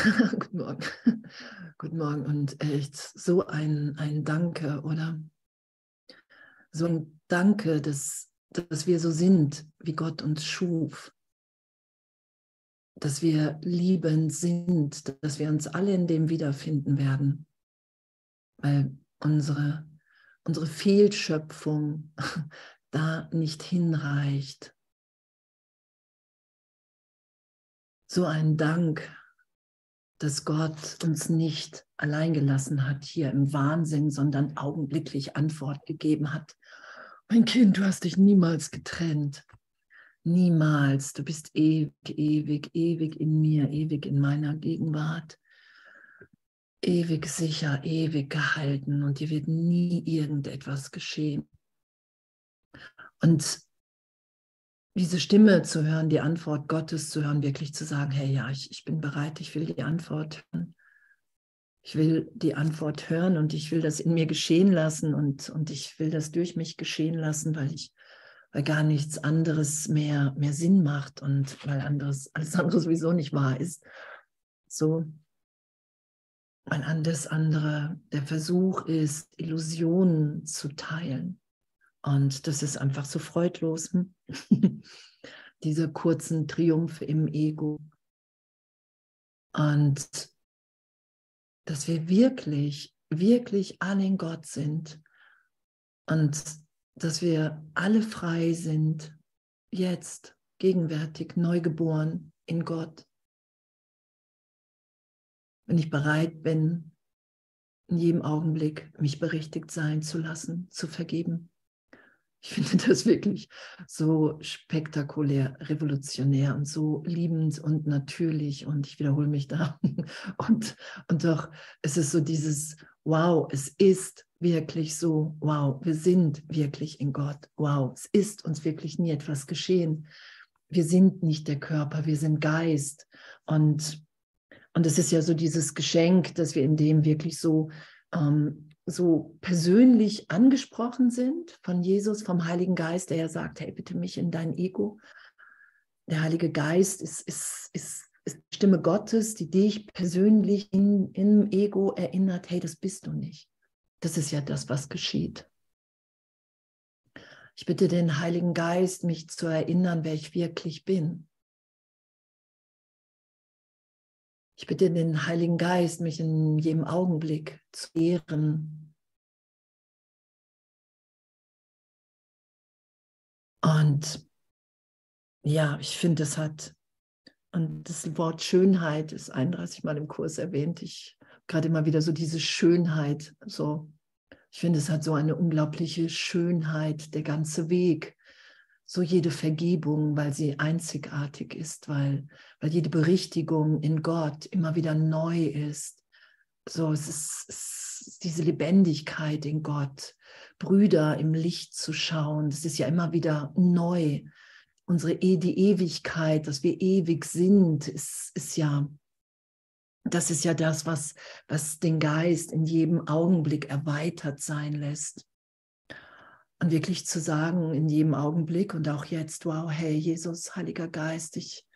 Guten Morgen. Guten Morgen und echt so ein Danke, oder? So ein Danke, dass wir so sind, wie Gott uns schuf. Dass wir liebend sind, dass wir uns alle in dem wiederfinden werden. Weil unsere Fehlschöpfung da nicht hinreicht. So ein Dank, dass Gott uns nicht allein gelassen hat hier im Wahnsinn, sondern augenblicklich Antwort gegeben hat. Mein Kind, du hast dich niemals getrennt. Niemals. Du bist ewig, ewig, ewig in mir, ewig in meiner Gegenwart. Ewig sicher, ewig gehalten und dir wird nie irgendetwas geschehen. Und diese Stimme zu hören, die Antwort Gottes zu hören, wirklich zu sagen, hey, ja, ich bin bereit, ich will die Antwort hören. Ich will die Antwort hören und ich will das in mir geschehen lassen und ich will das durch mich geschehen lassen, weil gar nichts anderes mehr Sinn macht und weil alles andere sowieso nicht wahr ist. So, weil alles andere der Versuch ist, Illusionen zu teilen. Und das ist einfach so freudlos. Diese kurzen Triumphe im Ego. Und dass wir wirklich, wirklich alle in Gott sind. Und dass wir alle frei sind, jetzt, gegenwärtig, neugeboren in Gott. Wenn ich bereit bin, in jedem Augenblick mich berichtigt sein zu lassen, zu vergeben. Ich finde das wirklich so spektakulär, revolutionär und so liebend und natürlich und ich wiederhole mich da. Und doch, es ist so dieses, wow, es ist wirklich so, wow, wir sind wirklich in Gott, wow, es ist uns wirklich nie etwas geschehen. Wir sind nicht der Körper, wir sind Geist und es ist ja so dieses Geschenk, dass wir in dem wirklich so persönlich angesprochen sind von Jesus, vom Heiligen Geist, der ja sagt, hey, bitte mich in dein Ego. Der Heilige Geist ist die Stimme Gottes, die dich persönlich im Ego erinnert, hey, das bist du nicht. Das ist ja das, was geschieht. Ich bitte den Heiligen Geist, mich zu erinnern, wer ich wirklich bin. Ich bitte den Heiligen Geist, mich in jedem Augenblick zu ehren. Und ja, ich finde, es hat, und das Wort Schönheit ist 31 Mal im Kurs erwähnt. Ich gerade immer wieder so diese Schönheit, so, ich finde, es hat so eine unglaubliche Schönheit, der ganze Weg. So jede Vergebung, weil sie einzigartig ist, weil jede Berichtigung in Gott immer wieder neu ist. So, es ist diese Lebendigkeit in Gott, Brüder im Licht zu schauen, das ist ja immer wieder neu. Die Ewigkeit, dass wir ewig sind, ist ja, das ist ja das, was den Geist in jedem Augenblick erweitert sein lässt. Und wirklich zu sagen in jedem Augenblick und auch jetzt, wow, hey, Jesus, Heiliger Geist, ich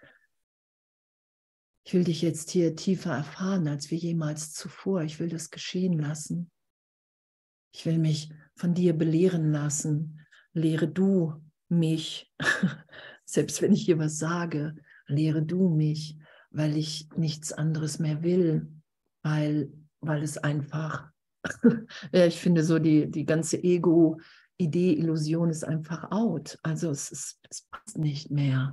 will dich jetzt hier tiefer erfahren, als wir jemals zuvor. Ich will das geschehen lassen. Ich will mich von dir belehren lassen. Lehre du mich. Selbst wenn ich hier was sage, lehre du mich, weil ich nichts anderes mehr will, weil es einfach, ja, ich finde so die ganze Ego-Idee, Illusion ist einfach out. Also es passt nicht mehr.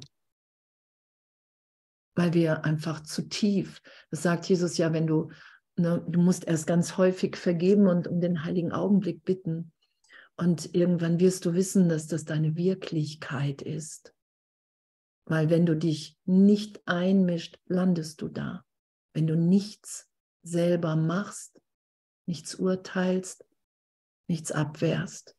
Weil wir einfach zu tief, das sagt Jesus ja, wenn du musst erst ganz häufig vergeben und um den heiligen Augenblick bitten. Und irgendwann wirst du wissen, dass das deine Wirklichkeit ist. Weil wenn du dich nicht einmischt, landest du da. Wenn du nichts selber machst, nichts urteilst, nichts abwehrst,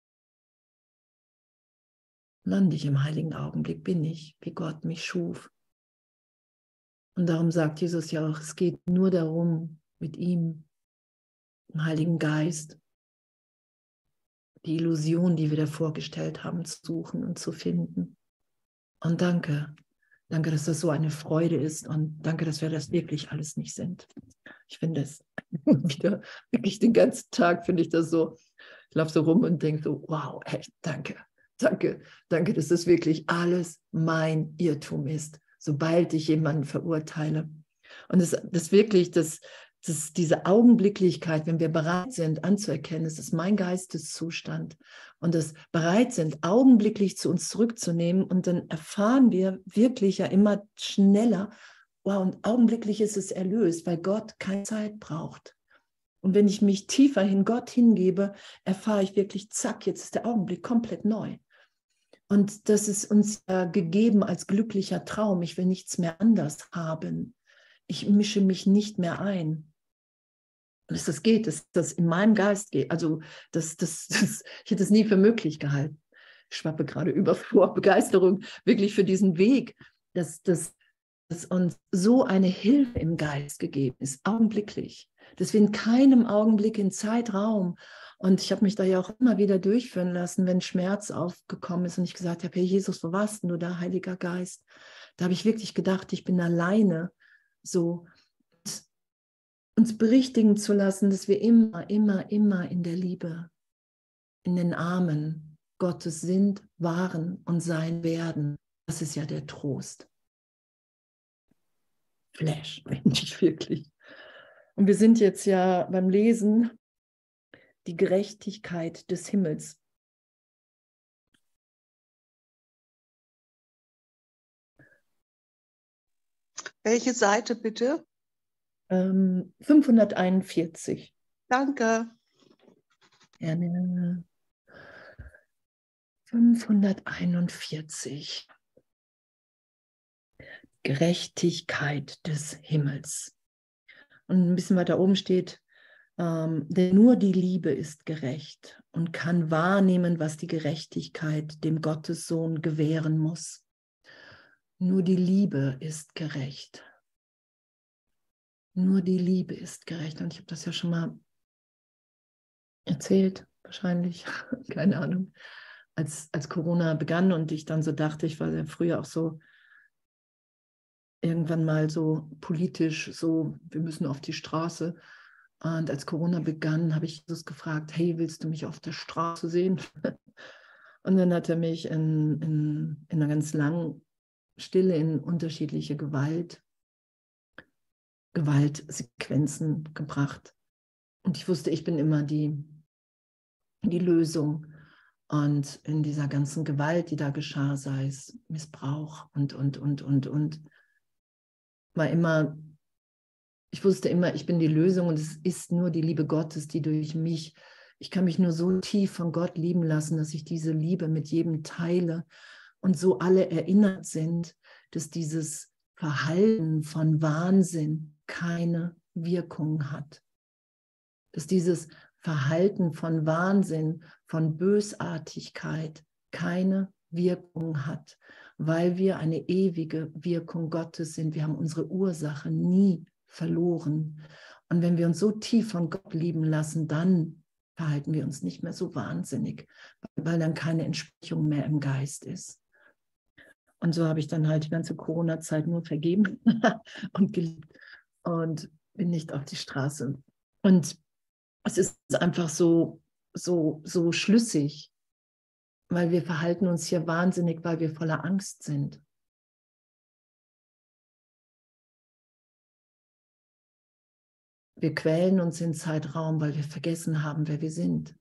lande ich im heiligen Augenblick, bin ich, wie Gott mich schuf. Und darum sagt Jesus ja auch, es geht nur darum, mit ihm, dem Heiligen Geist, die Illusion, die wir da vorgestellt haben, zu suchen und zu finden. Und danke, Danke, dass das so eine Freude ist und danke, dass wir das wirklich alles nicht sind. Ich finde es wieder wirklich den ganzen Tag, finde ich das so, ich laufe so rum und denke so, wow, echt, danke, danke, danke, dass das wirklich alles mein Irrtum ist, sobald ich jemanden verurteile. Und das wirklich, diese Augenblicklichkeit, wenn wir bereit sind anzuerkennen, es ist mein Geisteszustand und das bereit sind, augenblicklich zu uns zurückzunehmen und dann erfahren wir wirklich ja immer schneller, wow, und augenblicklich ist es erlöst, weil Gott keine Zeit braucht. Und wenn ich mich tiefer hin Gott hingebe, erfahre ich wirklich, zack, jetzt ist der Augenblick komplett neu. Und das ist uns gegeben als glücklicher Traum. Ich will nichts mehr anders haben. Ich mische mich nicht mehr ein. Dass das geht, dass das in meinem Geist geht. Also ich hätte es nie für möglich gehalten. Ich schwappe gerade über vor Begeisterung wirklich für diesen Weg, dass uns so eine Hilfe im Geist gegeben ist, augenblicklich. Dass wir in keinem Augenblick in Zeitraum, und ich habe mich da ja auch immer wieder durchführen lassen, wenn Schmerz aufgekommen ist und ich gesagt habe, hey Jesus, wo warst denn du da, Heiliger Geist? Da habe ich wirklich gedacht, ich bin alleine, so uns berichtigen zu lassen, dass wir immer, immer, immer in der Liebe, in den Armen Gottes sind, waren und sein werden. Das ist ja der Trost. Flash, nicht wirklich. Und wir sind jetzt ja beim Lesen die Gerechtigkeit des Himmels. Welche Seite bitte? 541. Danke. Gerne. 541. Gerechtigkeit des Himmels. Und ein bisschen weiter oben steht, denn nur die Liebe ist gerecht und kann wahrnehmen, was die Gerechtigkeit dem Gottessohn gewähren muss. Nur die Liebe ist gerecht. Nur die Liebe ist gerecht. Und ich habe das ja schon mal erzählt, wahrscheinlich, keine Ahnung, als Corona begann und ich dann so dachte, ich war ja früher auch so irgendwann mal so politisch, so, wir müssen auf die Straße. Und als Corona begann, habe ich Jesus gefragt, hey, willst du mich auf der Straße sehen? Und dann hat er mich in einer ganz langen Stille in unterschiedliche Gewaltsequenzen gebracht. Und ich wusste, ich bin immer die Lösung. Und in dieser ganzen Gewalt, die da geschah, sei es Missbrauch und, war immer, ich wusste immer, ich bin die Lösung und es ist nur die Liebe Gottes, die durch mich, ich kann mich nur so tief von Gott lieben lassen, dass ich diese Liebe mit jedem teile und so alle erinnert sind, dass dieses Verhalten von Wahnsinn keine Wirkung hat. Dass dieses Verhalten von Wahnsinn, von Bösartigkeit keine Wirkung hat, weil wir eine ewige Wirkung Gottes sind. Wir haben unsere Ursache nie verloren. Und wenn wir uns so tief von Gott lieben lassen, dann verhalten wir uns nicht mehr so wahnsinnig, weil dann keine Entsprechung mehr im Geist ist. Und so habe ich dann halt die ganze Corona-Zeit nur vergeben und geliebt und bin nicht auf die Straße. Und es ist einfach so schlüssig, weil wir verhalten uns hier wahnsinnig, weil wir voller Angst sind. Wir quälen uns in Zeitraum, weil wir vergessen haben, wer wir sind.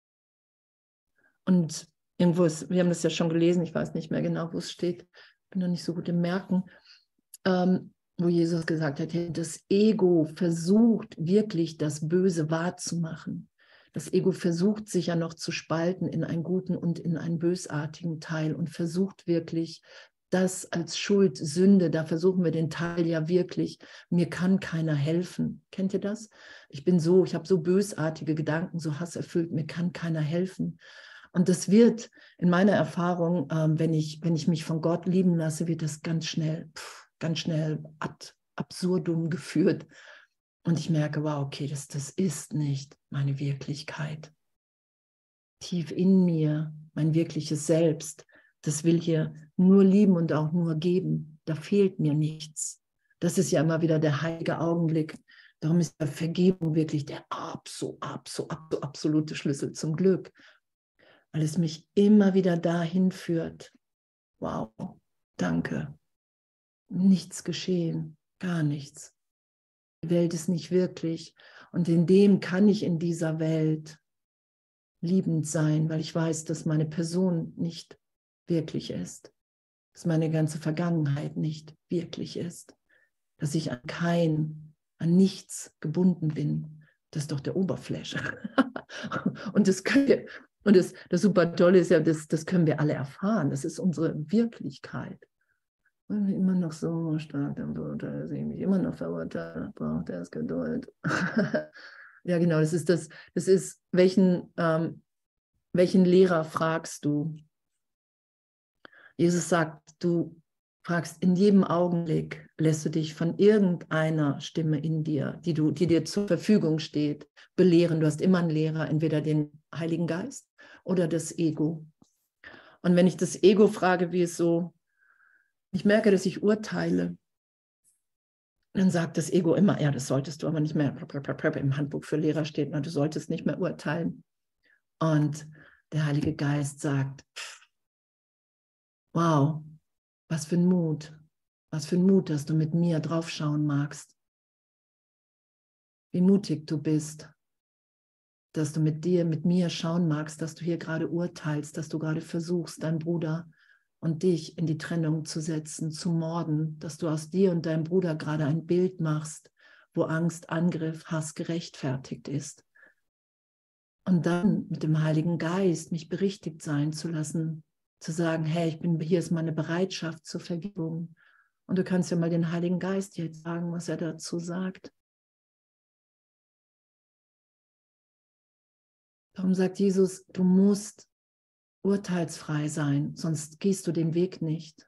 Und irgendwo ist, wir haben das ja schon gelesen, ich weiß nicht mehr genau, wo es steht, bin noch nicht so gut im Merken, wo Jesus gesagt hat, das Ego versucht wirklich das Böse wahrzumachen. Das Ego versucht sich ja noch zu spalten in einen guten und in einen bösartigen Teil und versucht wirklich das als Schuld, Sünde, da versuchen wir den Teil ja wirklich, mir kann keiner helfen. Kennt ihr das? Ich habe so bösartige Gedanken, so hasserfüllt, mir kann keiner helfen. Und das wird in meiner Erfahrung, wenn ich mich von Gott lieben lasse, wird das ganz schnell ad absurdum geführt. Und ich merke, wow, okay, das ist nicht meine Wirklichkeit. Tief in mir, mein wirkliches Selbst, das will hier nur lieben und auch nur geben. da fehlt mir nichts. Das ist ja immer wieder der heilige Augenblick. Darum ist ja Vergebung wirklich der absolute Schlüssel zum Glück, weil es mich immer wieder dahin führt. Wow, danke. Nichts geschehen, gar nichts. Die Welt ist nicht wirklich. Und in dem kann ich in dieser Welt liebend sein, weil ich weiß, dass meine Person nicht wirklich ist. Dass meine ganze Vergangenheit nicht wirklich ist. Dass ich an nichts gebunden bin. Das ist doch der Oberfläche. Und das können wir, und das super Tolle ist ja, das können wir alle erfahren. Das ist unsere Wirklichkeit. Und immer noch so stark, dann sehe ich mich immer noch verurteilt, braucht er es Geduld. Ja, genau, das ist, welchen Lehrer fragst du? Jesus sagt, du fragst in jedem Augenblick, lässt du dich von irgendeiner Stimme in dir, die dir zur Verfügung steht, belehren. Du hast immer einen Lehrer, entweder den Heiligen Geist oder das Ego. Und wenn ich das Ego frage, wie es so, ich merke, dass ich urteile, dann sagt das Ego immer, ja, das solltest du aber nicht mehr. Im Handbuch für Lehrer steht, du solltest nicht mehr urteilen. Und der Heilige Geist sagt, wow, was für ein Mut, dass du mit mir draufschauen magst. Wie mutig du bist, dass du mit mir schauen magst, dass du hier gerade urteilst, dass du gerade versuchst, deinen Bruder und dich in die Trennung zu setzen, zu morden, dass du aus dir und deinem Bruder gerade ein Bild machst, wo Angst, Angriff, Hass gerechtfertigt ist. Und dann mit dem Heiligen Geist mich berichtigt sein zu lassen, zu sagen, hey, hier ist meine Bereitschaft zur Vergebung. Und du kannst ja mal den Heiligen Geist jetzt sagen, was er dazu sagt. Darum sagt Jesus, du musst urteilsfrei sein, sonst gehst du den Weg nicht.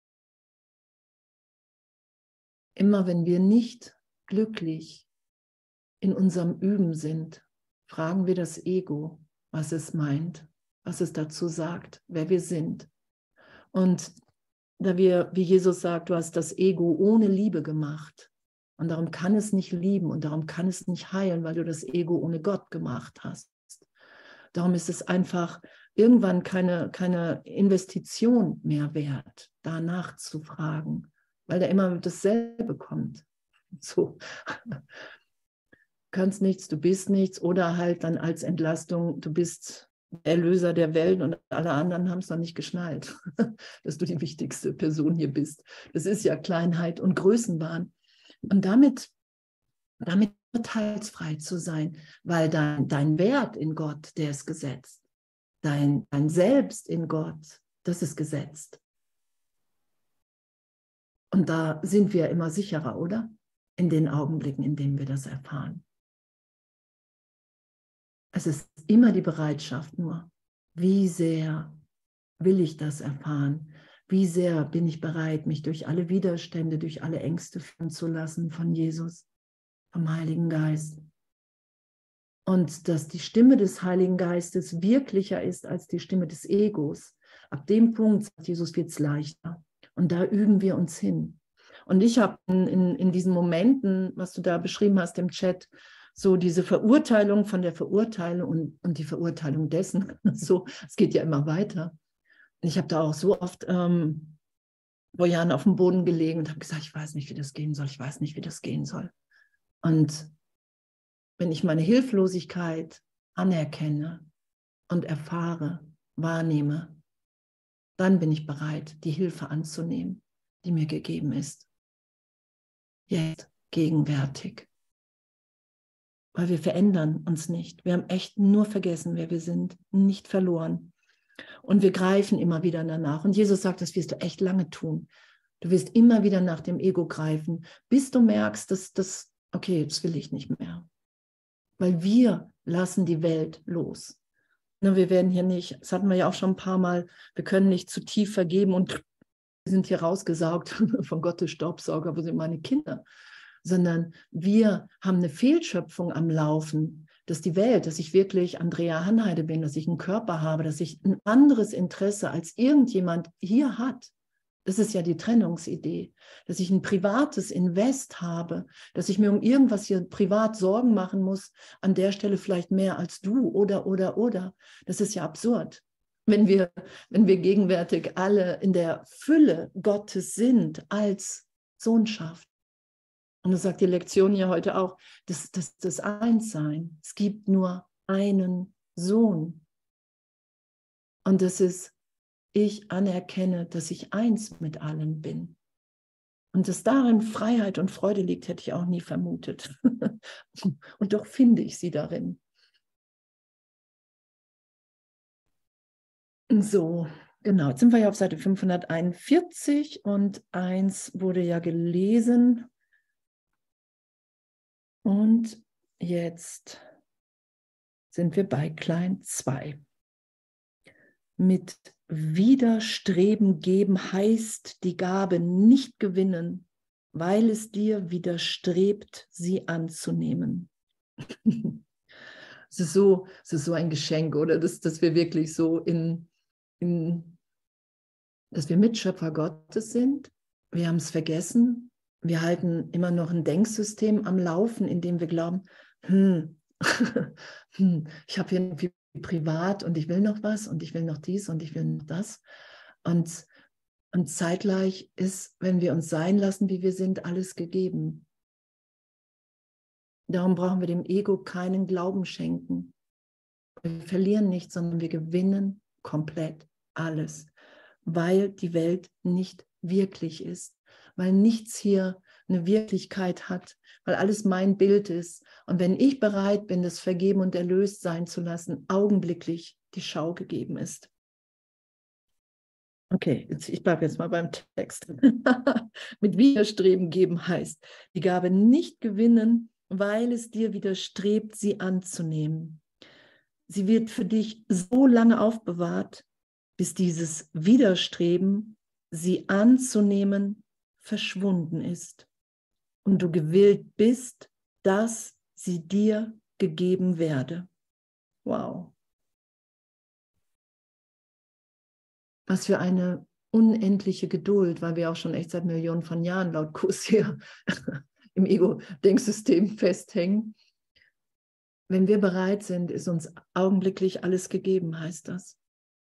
Immer wenn wir nicht glücklich in unserem Üben sind, fragen wir das Ego, was es meint, was es dazu sagt, wer wir sind. Und da wir, wie Jesus sagt, du hast das Ego ohne Liebe gemacht und darum kann es nicht lieben und darum kann es nicht heilen, weil du das Ego ohne Gott gemacht hast. Darum ist es einfach irgendwann keine Investition mehr wert, danach zu fragen, weil da immer dasselbe kommt. So, du kannst nichts, du bist nichts oder halt dann als Entlastung, du bist Erlöser der Welt und alle anderen haben es noch nicht geschnallt, dass du die wichtigste Person hier bist. Das ist ja Kleinheit und Größenwahn. Und damit urteilsfrei zu sein, weil dein Wert in Gott, der ist gesetzt. Dein Selbst in Gott, das ist gesetzt. Und da sind wir immer sicherer, oder? In den Augenblicken, in denen wir das erfahren. Es ist immer die Bereitschaft nur, wie sehr will ich das erfahren? Wie sehr bin ich bereit, mich durch alle Widerstände, durch alle Ängste führen zu lassen von Jesus, vom Heiligen Geist? Und dass die Stimme des Heiligen Geistes wirklicher ist als die Stimme des Egos. Ab dem Punkt, sagt Jesus, wird es leichter. Und da üben wir uns hin. Und ich habe in diesen Momenten, was du da beschrieben hast im Chat, so diese Verurteilung von der Verurteilung und die Verurteilung dessen. So, es geht ja immer weiter. Und ich habe da auch so oft vor Jahren auf dem Boden gelegen und habe gesagt, ich weiß nicht, wie das gehen soll. Ich weiß nicht, wie das gehen soll. Und wenn ich meine Hilflosigkeit anerkenne und erfahre, wahrnehme, dann bin ich bereit, die Hilfe anzunehmen, die mir gegeben ist. Jetzt, gegenwärtig. Weil wir verändern uns nicht. Wir haben echt nur vergessen, wer wir sind, nicht verloren. Und wir greifen immer wieder danach. Und Jesus sagt, das wirst du echt lange tun. Du wirst immer wieder nach dem Ego greifen, bis du merkst, dass okay, das will ich nicht mehr. Weil wir lassen die Welt los. Wir werden hier nicht, das hatten wir ja auch schon ein paar Mal, wir können nicht zu tief vergeben und wir sind hier rausgesaugt von Gottes Staubsauger, wo sind meine Kinder? Sondern wir haben eine Fehlschöpfung am Laufen, dass die Welt, dass ich wirklich Andrea Hanheide bin, dass ich einen Körper habe, dass ich ein anderes Interesse als irgendjemand hier hat, Das ist ja die Trennungsidee, dass ich ein privates Invest habe, dass ich mir um irgendwas hier privat Sorgen machen muss, an der Stelle vielleicht mehr als du oder. Das ist ja absurd. Wenn wir gegenwärtig alle in der Fülle Gottes sind als Sohnschaft. Und das sagt die Lektion ja heute auch, das Einssein. Es gibt nur einen Sohn. Und das ist, ich anerkenne, dass ich eins mit allen bin. Und dass darin Freiheit und Freude liegt, hätte ich auch nie vermutet. Und doch finde ich sie darin. So, genau, jetzt sind wir ja auf Seite 541 und 1 wurde ja gelesen. Und jetzt sind wir bei klein 2. Mit Widerstreben geben heißt die Gabe nicht gewinnen, weil es dir widerstrebt, sie anzunehmen. Es ist so ein Geschenk, oder? Dass wir wirklich so dass wir Mitschöpfer Gottes sind. Wir haben es vergessen. Wir halten immer noch ein Denksystem am Laufen, in dem wir glauben, ich habe hier irgendwie privat und ich will noch was und ich will noch dies und ich will noch das. Und zeitgleich ist, wenn wir uns sein lassen, wie wir sind, alles gegeben. Darum brauchen wir dem Ego keinen Glauben schenken. Wir verlieren nichts, sondern wir gewinnen komplett alles, weil die Welt nicht wirklich ist, weil nichts hier eine Wirklichkeit hat, weil alles mein Bild ist. Und wenn ich bereit bin, das vergeben und erlöst sein zu lassen, augenblicklich die Schau gegeben ist. Okay, ich bleibe jetzt mal beim Text. Mit Widerstreben geben heißt, die Gabe nicht gewinnen, weil es dir widerstrebt, sie anzunehmen. Sie wird für dich so lange aufbewahrt, bis dieses Widerstreben, sie anzunehmen, verschwunden ist und du gewillt bist, dass sie dir gegeben werde. Wow. Was für eine unendliche Geduld, weil wir auch schon echt seit Millionen von Jahren laut Kurs hier im Ego-Denksystem festhängen. Wenn wir bereit sind, ist uns augenblicklich alles gegeben, heißt das.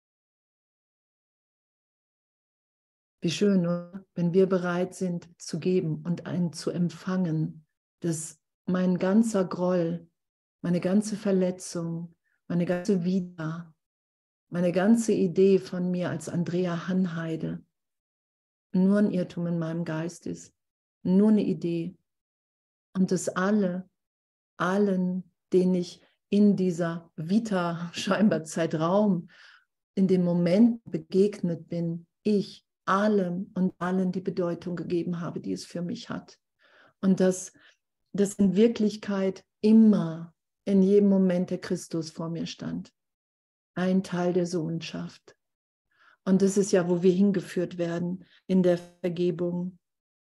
Wie schön, oder? Wenn wir bereit sind zu geben und einen zu empfangen, dass mein ganzer Groll, meine ganze Verletzung, meine ganze Vita, meine ganze Idee von mir als Andrea Hanheide nur ein Irrtum in meinem Geist ist, nur eine Idee. Und dass allen, denen ich in dieser Vita, scheinbar Zeitraum, in dem Moment begegnet bin, ich allem und allen die Bedeutung gegeben habe, die es für mich hat. Und dass in Wirklichkeit immer in jedem Moment der Christus vor mir stand. Ein Teil der Sohnschaft. Und das ist ja, wo wir hingeführt werden in der Vergebung.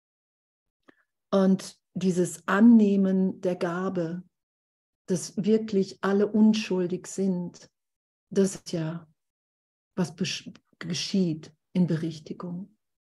Und dieses Annehmen der Gabe, dass wirklich alle unschuldig sind, das ist ja, was geschieht in Berichtigung.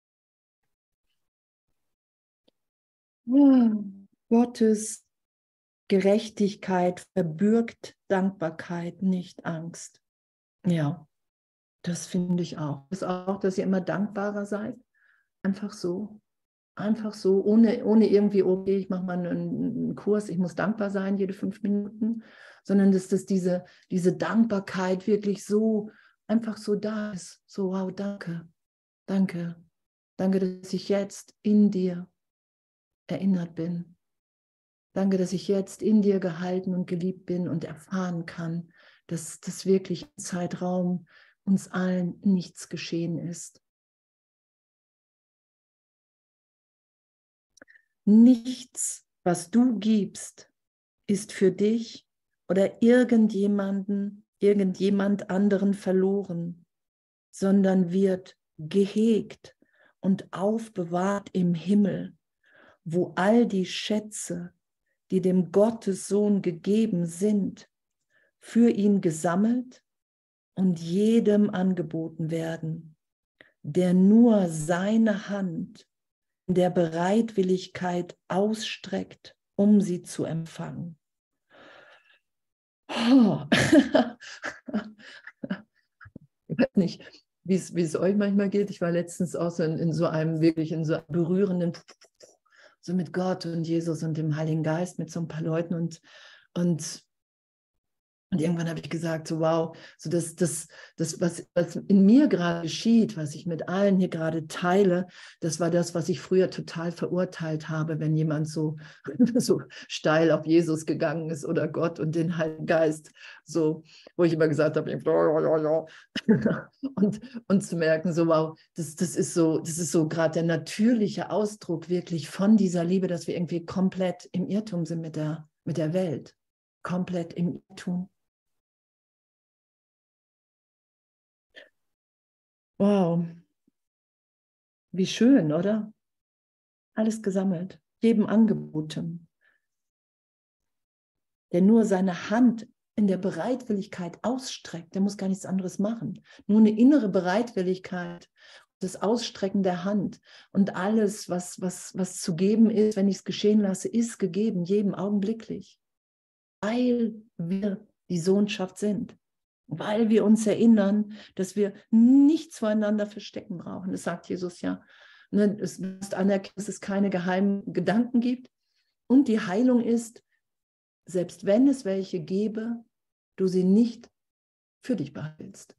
Ja, Gottes Gerechtigkeit verbürgt Dankbarkeit, nicht Angst. Ja, das finde ich auch. Das ist auch, dass ihr immer dankbarer seid. Einfach so, ohne irgendwie, okay, ich mache mal einen Kurs, ich muss dankbar sein jede 5 Minuten, sondern dass diese Dankbarkeit wirklich so einfach so da ist. So, wow, danke, dass ich jetzt in dir erinnert bin. Danke, dass ich jetzt in dir gehalten und geliebt bin und erfahren kann, dass das wirklich im Zeitraum uns allen nichts geschehen ist. Nichts, was du gibst, ist für dich oder irgendjemand anderen verloren, sondern wird gehegt und aufbewahrt im Himmel, wo all die Schätze, die dem Gottessohn gegeben sind, für ihn gesammelt und jedem angeboten werden, der nur seine Hand in der Bereitwilligkeit ausstreckt, um sie zu empfangen. Oh. Ich weiß nicht, wie es euch manchmal geht. Ich war letztens auch so in so einem berührenden, so mit Gott und Jesus und dem Heiligen Geist, mit so ein paar Leuten und irgendwann habe ich gesagt, so wow, so das was in mir gerade geschieht, was ich mit allen hier gerade teile, das war das, was ich früher total verurteilt habe, wenn jemand so, so steil auf Jesus gegangen ist oder Gott und den Heiligen Geist, so, wo ich immer gesagt habe, und zu merken, so wow, das ist so gerade der natürliche Ausdruck wirklich von dieser Liebe, dass wir irgendwie komplett im Irrtum sind mit der Welt, komplett im Irrtum. Wow, wie schön, oder? Alles gesammelt, jedem angeboten, der nur seine Hand in der Bereitwilligkeit ausstreckt, der muss gar nichts anderes machen. Nur eine innere Bereitwilligkeit, das Ausstrecken der Hand und alles, was zu geben ist, wenn ich es geschehen lasse, ist gegeben, jedem augenblicklich, weil wir die Sohnschaft sind. Weil wir uns erinnern, dass wir nichts voreinander verstecken brauchen. Das sagt Jesus ja. Es ist anerkannt, dass es keine geheimen Gedanken gibt. Und die Heilung ist, selbst wenn es welche gäbe, du sie nicht für dich behältst.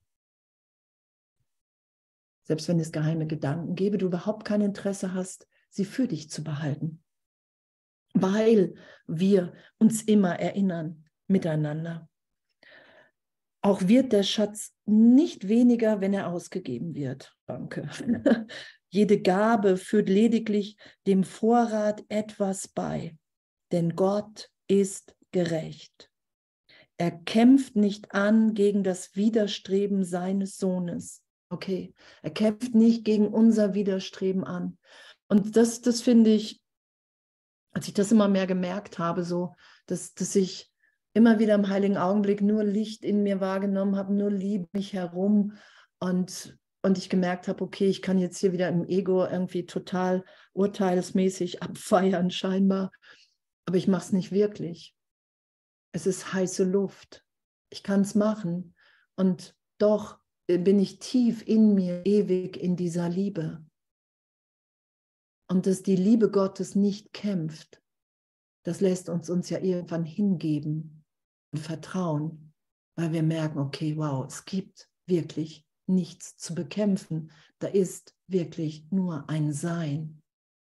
Selbst wenn es geheime Gedanken gäbe, du überhaupt kein Interesse hast, sie für dich zu behalten. Weil wir uns immer erinnern miteinander. Auch wird der Schatz nicht weniger, wenn er ausgegeben wird. Danke. Jede Gabe führt lediglich dem Vorrat etwas bei, denn Gott ist gerecht. Er kämpft nicht an gegen das Widerstreben seines Sohnes. Okay, er kämpft nicht gegen unser Widerstreben an. Und das finde ich, als ich das immer mehr gemerkt habe, so, dass ich immer wieder im heiligen Augenblick nur Licht in mir wahrgenommen habe, nur Liebe mich herum und ich gemerkt habe, okay, ich kann jetzt hier wieder im Ego irgendwie total urteilsmäßig abfeiern scheinbar, aber ich mache es nicht wirklich. Es ist heiße Luft. Ich kann es machen und doch bin ich tief in mir, ewig in dieser Liebe. Und dass die Liebe Gottes nicht kämpft, das lässt uns ja irgendwann hingeben und vertrauen, weil wir merken, okay, wow, es gibt wirklich nichts zu bekämpfen. Da ist wirklich nur ein Sein.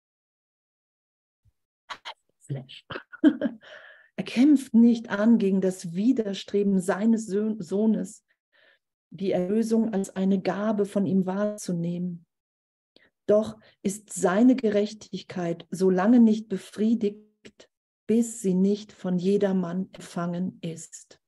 Flash. Er kämpft nicht an gegen das Widerstreben seines Sohnes, die Erlösung als eine Gabe von ihm wahrzunehmen. Doch ist seine Gerechtigkeit so lange nicht befriedigt, bis sie nicht von jedermann empfangen ist.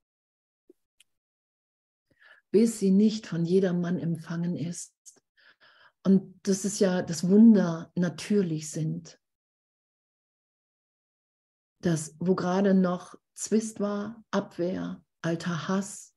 Bis sie nicht von jedermann empfangen ist. Und das ist ja das Wunder natürlich sind. Das, wo gerade noch Zwist war, Abwehr, alter Hass,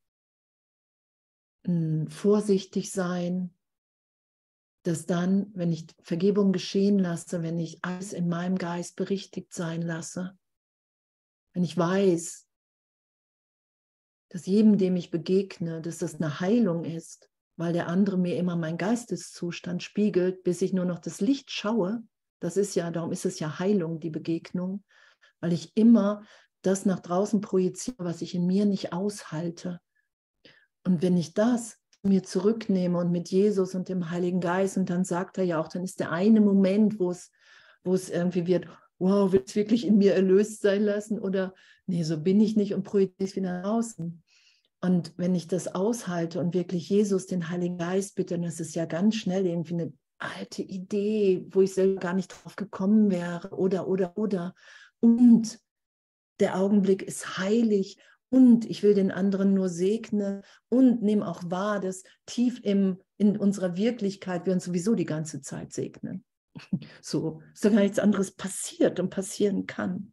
vorsichtig sein, dass dann, wenn ich Vergebung geschehen lasse, wenn ich alles in meinem Geist berichtigt sein lasse, wenn ich weiß, dass jedem, dem ich begegne, dass das eine Heilung ist, weil der andere mir immer meinen Geisteszustand spiegelt, bis ich nur noch das Licht schaue, das ist ja, darum ist es ja Heilung, die Begegnung, weil ich immer das nach draußen projiziere, was ich in mir nicht aushalte. Und wenn ich das mir zurücknehme und mit Jesus und dem Heiligen Geist, und dann sagt er ja auch, dann ist der eine Moment, wo es irgendwie wird, wow, will es wirklich in mir erlöst sein lassen oder nee, so bin ich nicht und projiziere es wieder nach außen. Und wenn ich das aushalte und wirklich Jesus, den Heiligen Geist bitte, dann ist es ja ganz schnell irgendwie eine alte Idee, wo ich selber gar nicht drauf gekommen wäre oder. Und der Augenblick ist heilig und ich will den anderen nur segnen und nehme auch wahr, dass tief in unserer Wirklichkeit wir uns sowieso die ganze Zeit segnen. So, dass da gar nichts anderes passiert und passieren kann.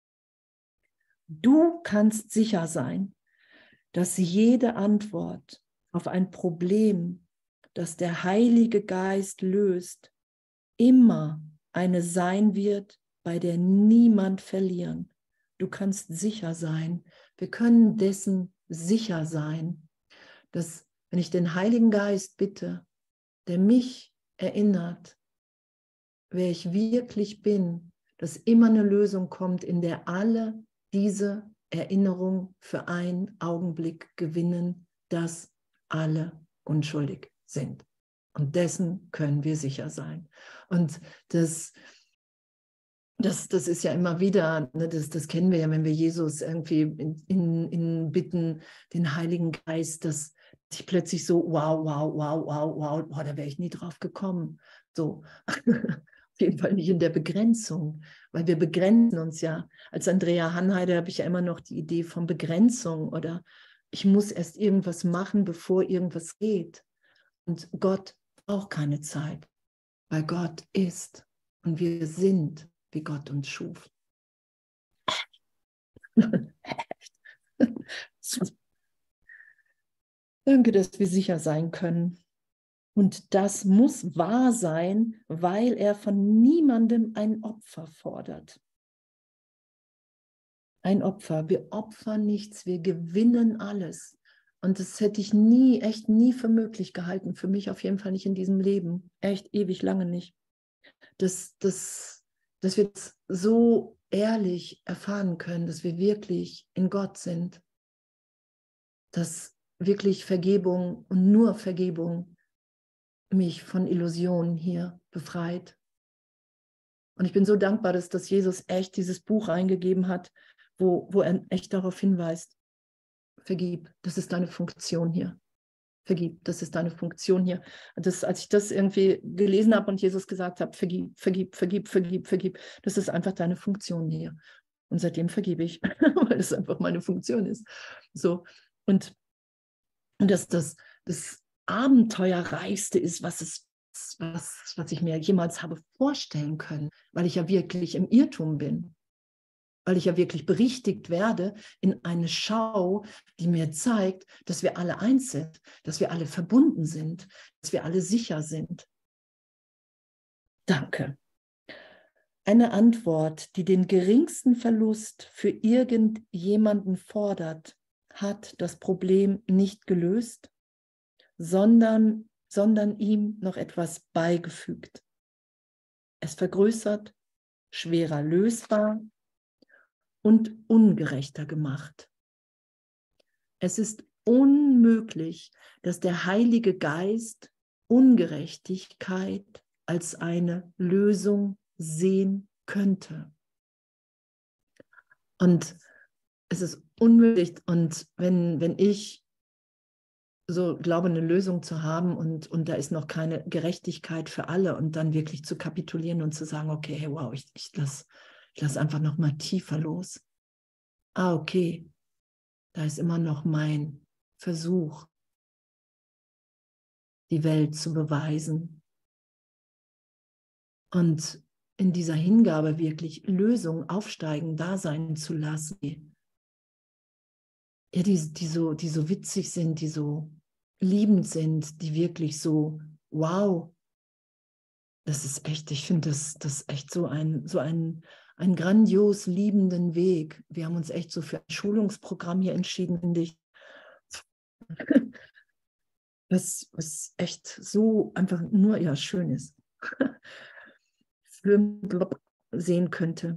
Du kannst sicher sein, dass jede Antwort auf ein Problem das der Heilige Geist löst, immer eine sein wird, bei der niemand verlieren. Du kannst sicher sein. Wir können dessen sicher sein, dass wenn ich den Heiligen Geist bitte, der mich erinnert, wer ich wirklich bin, dass immer eine Lösung kommt, in der alle diese Erinnerung für einen Augenblick gewinnen, dass alle unschuldig sind. Und dessen können wir sicher sein. Und das ist ja immer wieder, ne, das kennen wir ja, wenn wir Jesus irgendwie in bitten, den Heiligen Geist, dass ich plötzlich so, wow, da wäre ich nie drauf gekommen. So, auf jeden Fall nicht in der Begrenzung, weil wir begrenzen uns ja. Als Andrea Hanheide habe ich ja immer noch die Idee von Begrenzung oder ich muss erst irgendwas machen, bevor irgendwas geht. Und Gott braucht keine Zeit, weil Gott ist und wir sind, wie Gott uns schuf. Danke, dass wir sicher sein können. Und das muss wahr sein, weil er von niemandem ein Opfer fordert. Ein Opfer. Wir opfern nichts, wir gewinnen alles. Und das hätte ich nie, echt nie für möglich gehalten. Für mich auf jeden Fall nicht in diesem Leben. Echt ewig lange nicht. Dass wir das so ehrlich erfahren können, dass wir wirklich in Gott sind. Dass wirklich Vergebung und nur Vergebung mich von Illusionen hier befreit. Und ich bin so dankbar, dass Jesus echt dieses Buch eingegeben hat, wo er echt darauf hinweist, vergib, das ist deine Funktion hier. Vergib, das ist deine Funktion hier. Als ich das irgendwie gelesen habe und Jesus gesagt hat, vergib, das ist einfach deine Funktion hier. Und seitdem vergebe ich, weil es einfach meine Funktion ist. So. Und dass das Abenteuerreichste ist, was ich mir jemals habe vorstellen können, weil ich ja wirklich im Irrtum bin, weil ich ja wirklich berichtigt werde in eine Schau, die mir zeigt, dass wir alle eins sind, dass wir alle verbunden sind, dass wir alle sicher sind. Danke. Eine Antwort, die den geringsten Verlust für irgendjemanden fordert, hat das Problem nicht gelöst, sondern ihm noch etwas beigefügt. Es vergrößert, schwerer lösbar und ungerechter gemacht. Es ist unmöglich, dass der Heilige Geist Ungerechtigkeit als eine Lösung sehen könnte. Und es ist unmöglich. Und wenn ich so glaube, eine Lösung zu haben und da ist noch keine Gerechtigkeit für alle und dann wirklich zu kapitulieren und zu sagen, okay, hey, wow, ich lass einfach noch mal tiefer los. Okay, da ist immer noch mein Versuch, die Welt zu beweisen. Und in dieser Hingabe wirklich Lösungen aufsteigen, da sein zu lassen, ja, die so witzig sind, die so liebend sind, die wirklich so, wow, das ist echt, ich finde das echt so ein grandios liebenden Weg. Wir haben uns echt so für ein Schulungsprogramm hier entschieden, finde ich. Was echt so einfach nur ja schön ist. Sehen könnte.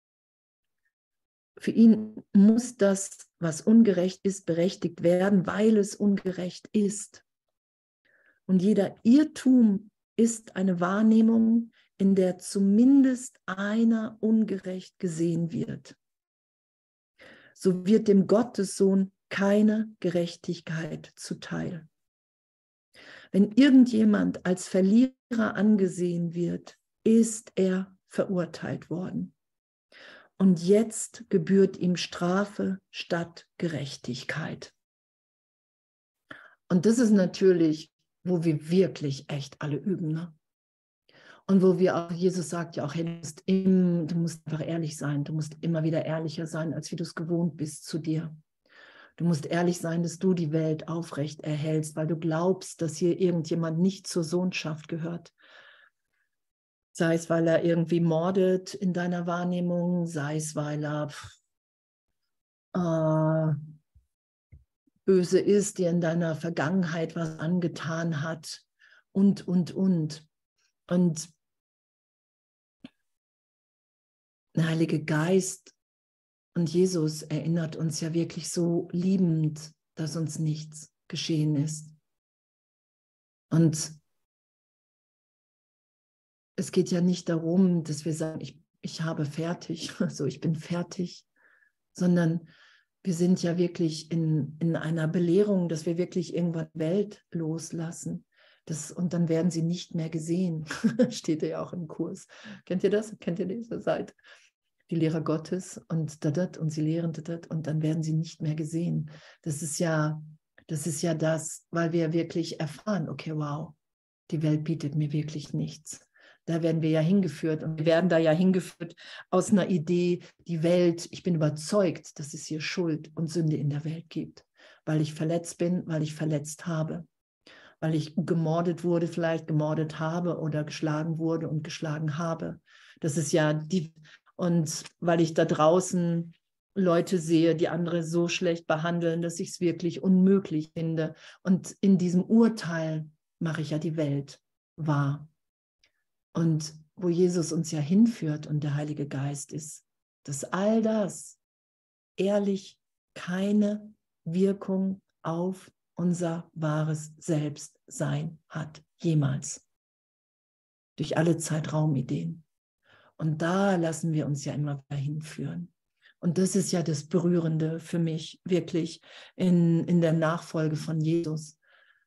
Für ihn muss das, was ungerecht ist, berechtigt werden, weil es ungerecht ist. Und jeder Irrtum ist eine Wahrnehmung, in der zumindest einer ungerecht gesehen wird. So wird dem Gottessohn keine Gerechtigkeit zuteil. Wenn irgendjemand als Verlierer angesehen wird, ist er verurteilt worden. Und jetzt gebührt ihm Strafe statt Gerechtigkeit. Und das ist natürlich, wo wir wirklich echt alle üben, ne? Und wo wir auch, Jesus sagt ja auch, hey, du musst einfach ehrlich sein, du musst immer wieder ehrlicher sein, als wie du es gewohnt bist zu dir. Du musst ehrlich sein, dass du die Welt aufrecht erhältst, weil du glaubst, dass hier irgendjemand nicht zur Sohnschaft gehört. Sei es, weil er irgendwie mordet in deiner Wahrnehmung, sei es, weil er böse ist, dir in deiner Vergangenheit was angetan hat und. Und der Heilige Geist und Jesus erinnert uns ja wirklich so liebend, dass uns nichts geschehen ist. Und es geht ja nicht darum, dass wir sagen, ich habe fertig, also ich bin fertig, sondern wir sind ja wirklich in einer Belehrung, dass wir wirklich irgendwann Welt loslassen. Und dann werden sie nicht mehr gesehen. Steht ja auch im Kurs. Kennt ihr das? Kennt ihr diese Seite? Die Lehrer Gottes und sie lehren und dann werden sie nicht mehr gesehen. Das ist ja das, weil wir wirklich erfahren, okay, wow, die Welt bietet mir wirklich nichts. Da werden wir ja hingeführt und wir werden da ja hingeführt aus einer Idee, die Welt, ich bin überzeugt, dass es hier Schuld und Sünde in der Welt gibt, weil ich verletzt bin, weil ich verletzt habe, weil ich gemordet wurde, vielleicht gemordet habe oder geschlagen wurde und geschlagen habe. Das ist ja und weil ich da draußen Leute sehe, die andere so schlecht behandeln, dass ich es wirklich unmöglich finde. Und in diesem Urteil mache ich ja die Welt wahr. Und wo Jesus uns ja hinführt und der Heilige Geist ist, dass all das ehrlich keine Wirkung auf unser wahres Selbstsein hat, jemals. Durch alle Zeitraumideen. Und da lassen wir uns ja immer wieder hinführen. Und das ist ja das Berührende für mich, wirklich in der Nachfolge von Jesus.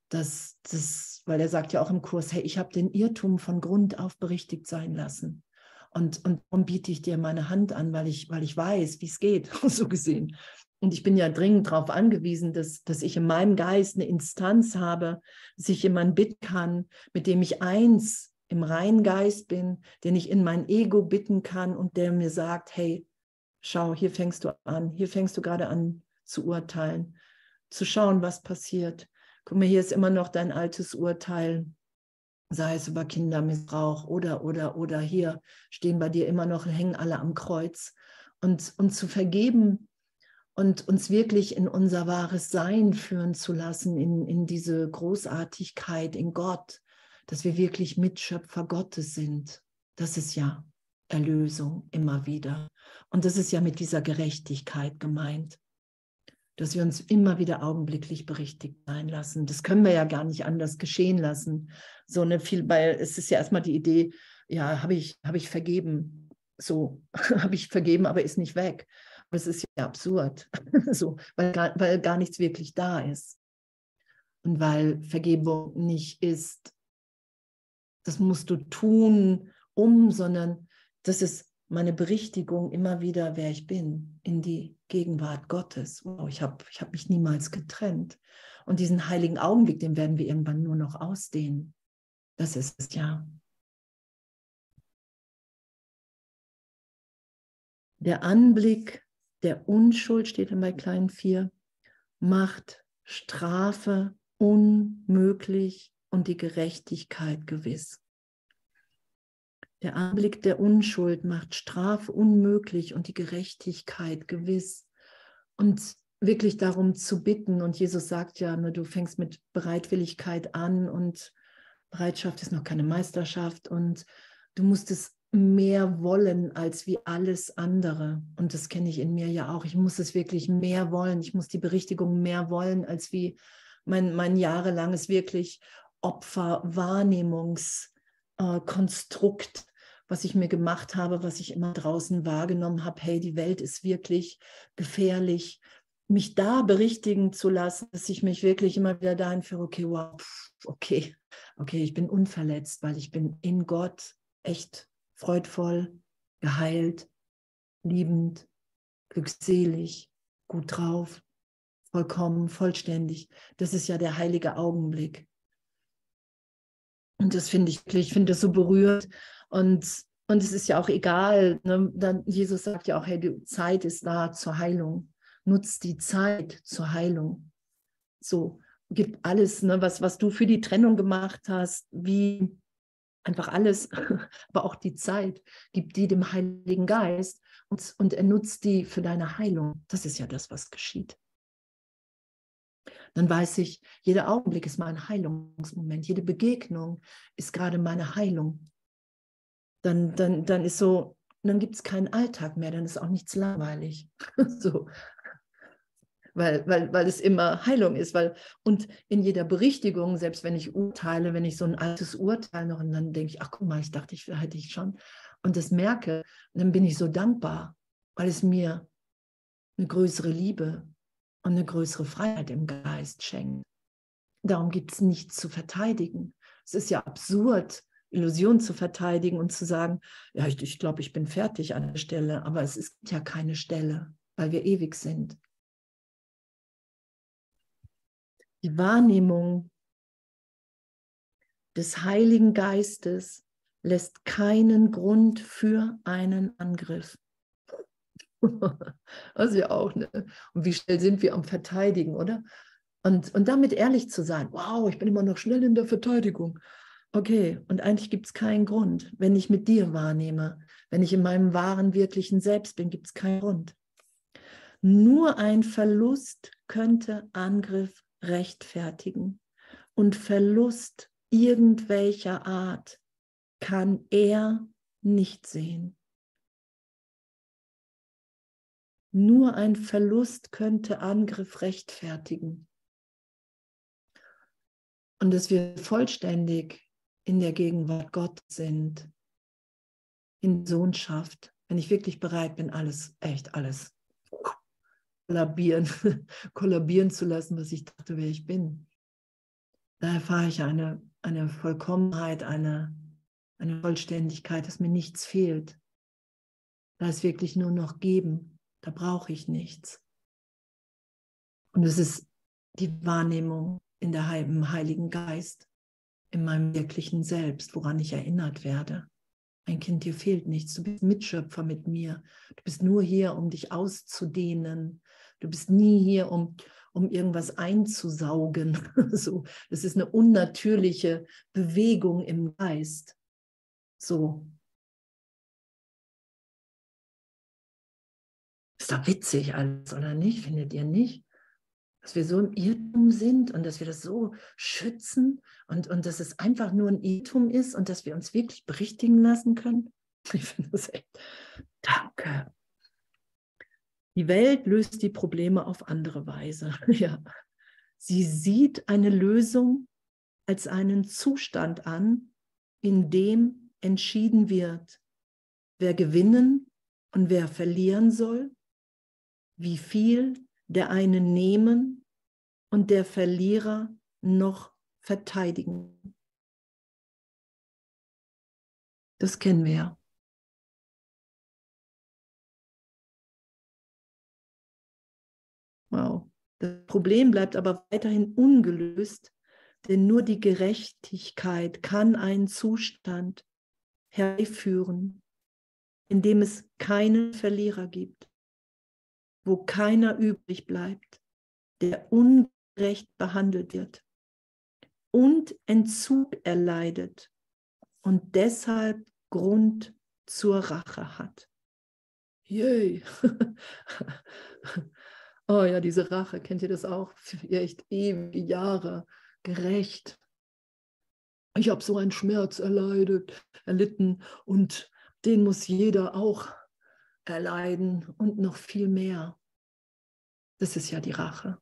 Weil er sagt ja auch im Kurs, hey, ich habe den Irrtum von Grund auf berichtigt sein lassen. Und darum biete ich dir meine Hand an, weil ich weiß, wie es geht, so gesehen. Und ich bin ja dringend darauf angewiesen, dass ich in meinem Geist eine Instanz habe, dass ich jemanden bitten kann, mit dem ich eins im reinen Geist bin, den ich in mein Ego bitten kann und der mir sagt, hey, schau, hier fängst du gerade an zu urteilen, zu schauen, was passiert. Guck mal, hier ist immer noch dein altes Urteil, sei es über Kindermissbrauch oder hier stehen bei dir immer noch, hängen alle am Kreuz. Und zu vergeben und uns wirklich in unser wahres Sein führen zu lassen, in diese Großartigkeit in Gott, dass wir wirklich Mitschöpfer Gottes sind. Das ist ja Erlösung immer wieder. Und das ist ja mit dieser Gerechtigkeit gemeint, dass wir uns immer wieder augenblicklich berichtigt sein lassen. Das können wir ja gar nicht anders geschehen lassen. Weil es ist ja erstmal die Idee, ja, habe ich vergeben. So, habe ich vergeben, aber ist nicht weg. Aber es ist ja absurd, so, weil gar nichts wirklich da ist. Und weil Vergebung nicht ist, das musst du tun, sondern das ist meine Berichtigung immer wieder, wer ich bin, in die Gegenwart Gottes. Wow, ich hab mich niemals getrennt. Und diesen heiligen Augenblick, den werden wir irgendwann nur noch ausdehnen. Das ist es ja. Der Anblick der Unschuld, steht dann bei kleinen 4, macht Strafe unmöglich und die Gerechtigkeit gewiss. Der Anblick der Unschuld macht Strafe unmöglich und die Gerechtigkeit gewiss. Und wirklich darum zu bitten, und Jesus sagt ja, du fängst mit Bereitwilligkeit an und Bereitschaft ist noch keine Meisterschaft und du musst es mehr wollen als wie alles andere. Und das kenne ich in mir ja auch. Ich muss es wirklich mehr wollen. Ich muss die Berichtigung mehr wollen als wie mein jahrelanges wirklich Opferwahrnehmungskonstrukt, was ich mir gemacht habe, was ich immer draußen wahrgenommen habe. Hey, die Welt ist wirklich gefährlich. Mich da berichtigen zu lassen, dass ich mich wirklich immer wieder dahin führe, okay, wow, okay, ich bin unverletzt, weil ich bin in Gott echt freudvoll, geheilt, liebend, glückselig, gut drauf, vollkommen, vollständig. Das ist ja der heilige Augenblick. Und das finde ich finde das so berührend. Und es ist ja auch egal, ne? Jesus sagt ja auch, hey, die Zeit ist da zur Heilung. nutzt die Zeit zur Heilung. So, gib alles, ne, was du für die Trennung gemacht hast, wie einfach alles, aber auch die Zeit, gib die dem Heiligen Geist und er nutzt die für deine Heilung. Das ist ja das, was geschieht. Dann weiß ich, jeder Augenblick ist mein Heilungsmoment, jede Begegnung ist gerade meine Heilung. Dann ist so, dann gibt es keinen Alltag mehr, dann ist auch nichts langweilig. So. Weil es immer Heilung ist. Und in jeder Berichtigung, selbst wenn ich urteile, wenn ich so ein altes Urteil noch, und dann denke ich, ach guck mal, ich dachte, hätte ich schon. Und das merke, dann bin ich so dankbar, weil es mir eine größere Liebe und eine größere Freiheit im Geist schenkt. Darum gibt es nichts zu verteidigen. Es ist ja absurd, Illusionen zu verteidigen und zu sagen, ja, ich glaube, ich bin fertig an der Stelle, aber es ist ja keine Stelle, weil wir ewig sind. Die Wahrnehmung des Heiligen Geistes lässt keinen Grund für einen Angriff. Das ist ja auch, ne? Und wie schnell sind wir am Verteidigen, oder? Und damit ehrlich zu sein, wow, ich bin immer noch schnell in der Verteidigung. Okay, und eigentlich gibt es keinen Grund. Wenn ich mit dir wahrnehme, wenn ich in meinem wahren, wirklichen Selbst bin, gibt es keinen Grund. Nur ein Verlust könnte Angriff rechtfertigen. Und Verlust irgendwelcher Art kann er nicht sehen. Nur ein Verlust könnte Angriff rechtfertigen. Und dass wir vollständig in der Gegenwart Gottes sind, in Sohnschaft, wenn ich wirklich bereit bin, alles kollabieren zu lassen, was ich dachte, wer ich bin. Da erfahre ich eine Vollkommenheit, eine Vollständigkeit, dass mir nichts fehlt. Da ist wirklich nur noch Geben. Da brauche ich nichts. Und es ist die Wahrnehmung im Heiligen Geist, in meinem wirklichen Selbst, woran ich erinnert werde. Mein Kind, dir fehlt nichts. Du bist Mitschöpfer mit mir. Du bist nur hier, um dich auszudehnen. Du bist nie hier, um irgendwas einzusaugen. So, das ist eine unnatürliche Bewegung im Geist. So. Ist doch witzig alles, oder nicht? Findet ihr nicht? Dass wir so im Irrtum sind und dass wir das so schützen und dass es einfach nur ein Irrtum ist und dass wir uns wirklich berichtigen lassen können. Ich finde das echt, danke. Die Welt löst die Probleme auf andere Weise. Ja. Sie sieht eine Lösung als einen Zustand an, in dem entschieden wird, wer gewinnen und wer verlieren soll, wie viel der eine nehmen und der Verlierer noch verteidigen. Das kennen wir ja. Wow. Das Problem bleibt aber weiterhin ungelöst, denn nur die Gerechtigkeit kann einen Zustand herbeiführen, in dem es keinen Verlierer gibt, wo keiner übrig bleibt, der ungerecht behandelt wird und Entzug erleidet und deshalb Grund zur Rache hat. Yay! Oh ja, diese Rache, kennt ihr das auch? Für echt ewige Jahre gerecht. Ich habe so einen Schmerz erlitten und den muss jeder auch erleiden und noch viel mehr. Das ist ja die Rache.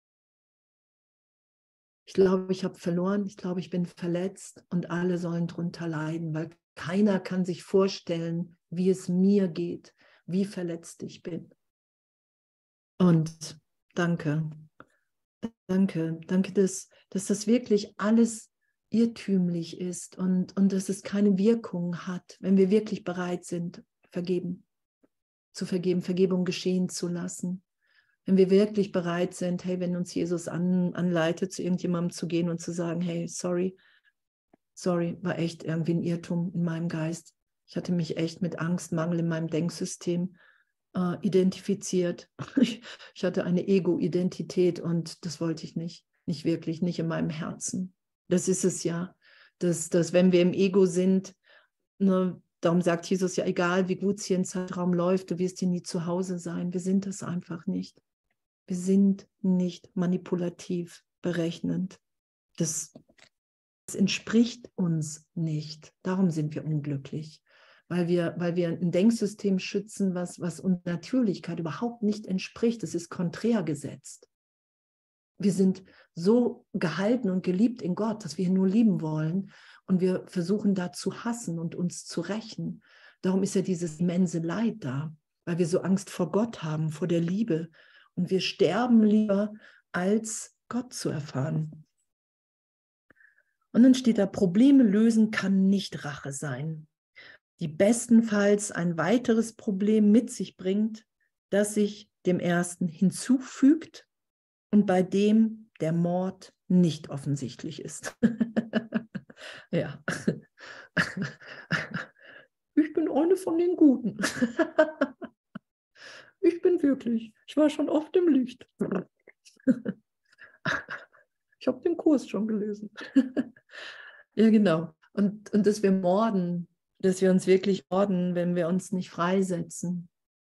Ich glaube, ich habe verloren, ich glaube, ich bin verletzt und alle sollen drunter leiden, weil keiner kann sich vorstellen, wie es mir geht, wie verletzt ich bin. Und danke, dass das wirklich alles irrtümlich ist und dass es keine Wirkung hat, wenn wir wirklich bereit sind, zu vergeben, Vergebung geschehen zu lassen. Wenn wir wirklich bereit sind, hey, wenn uns Jesus anleitet, zu irgendjemandem zu gehen und zu sagen, hey, sorry, war echt irgendwie ein Irrtum in meinem Geist. Ich hatte mich echt mit Angst, Mangel in meinem Denksystem identifiziert. Ich hatte eine Ego-Identität und das wollte ich nicht. Nicht wirklich, nicht in meinem Herzen. Das ist es ja, dass wenn wir im Ego sind, ne, darum sagt Jesus ja, egal wie gut es hier im Zeitraum läuft, du wirst hier nie zu Hause sein. Wir sind es einfach nicht. Wir sind nicht manipulativ, berechnend. Das entspricht uns nicht. Darum sind wir unglücklich. Weil wir ein Denksystem schützen, was unserer Natürlichkeit überhaupt nicht entspricht. Es ist konträr gesetzt. Wir sind so gehalten und geliebt in Gott, dass wir ihn nur lieben wollen. Und wir versuchen da zu hassen und uns zu rächen. Darum ist ja dieses immense Leid da, weil wir so Angst vor Gott haben, vor der Liebe. Und wir sterben lieber, als Gott zu erfahren. Und dann steht da, Probleme lösen kann nicht Rache sein, die bestenfalls ein weiteres Problem mit sich bringt, das sich dem ersten hinzufügt und bei dem der Mord nicht offensichtlich ist. Ja. Ich bin eine von den Guten. Ich bin wirklich, ich war schon oft im Licht. Ich habe den Kurs schon gelesen. Ja, genau. Und dass wir morden, dass wir uns wirklich morden, wenn wir uns nicht freisetzen.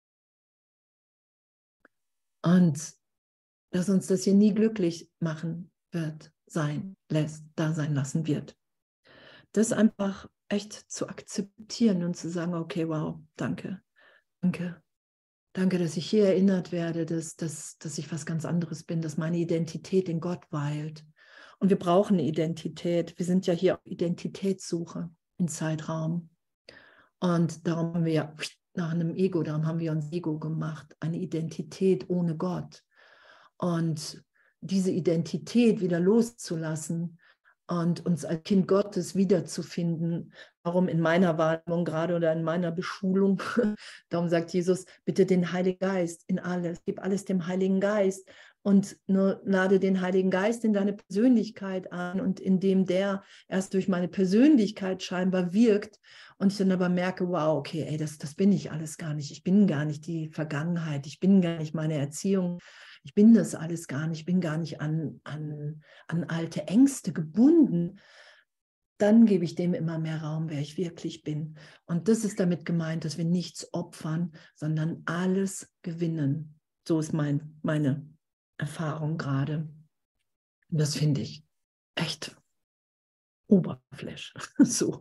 Und dass uns das hier nie glücklich machen wird, da sein lassen wird. Das einfach echt zu akzeptieren und zu sagen, okay, wow, danke, danke. Danke, dass ich hier erinnert werde, dass ich was ganz anderes bin, dass meine Identität in Gott weilt. Und wir brauchen eine Identität. Wir sind ja hier auf Identitätssuche im Zeitraum. Und darum haben wir ja nach einem Ego, darum haben wir uns Ego gemacht, eine Identität ohne Gott. Und diese Identität wieder loszulassen und uns als Kind Gottes wiederzufinden, darum in meiner Wahrnehmung gerade oder in meiner Beschulung, darum sagt Jesus, bitte den Heiligen Geist in alles, gib alles dem Heiligen Geist und nur lade den Heiligen Geist in deine Persönlichkeit ein und indem der erst durch meine Persönlichkeit scheinbar wirkt und ich dann aber merke, wow, okay, ey, das bin ich alles gar nicht, ich bin gar nicht die Vergangenheit, ich bin gar nicht meine Erziehung, ich bin das alles gar nicht, ich bin gar nicht an alte Ängste gebunden, dann gebe ich dem immer mehr Raum, wer ich wirklich bin. Und das ist damit gemeint, dass wir nichts opfern, sondern alles gewinnen. So ist meine Erfahrung gerade. Und das finde ich echt Oberfläche. So.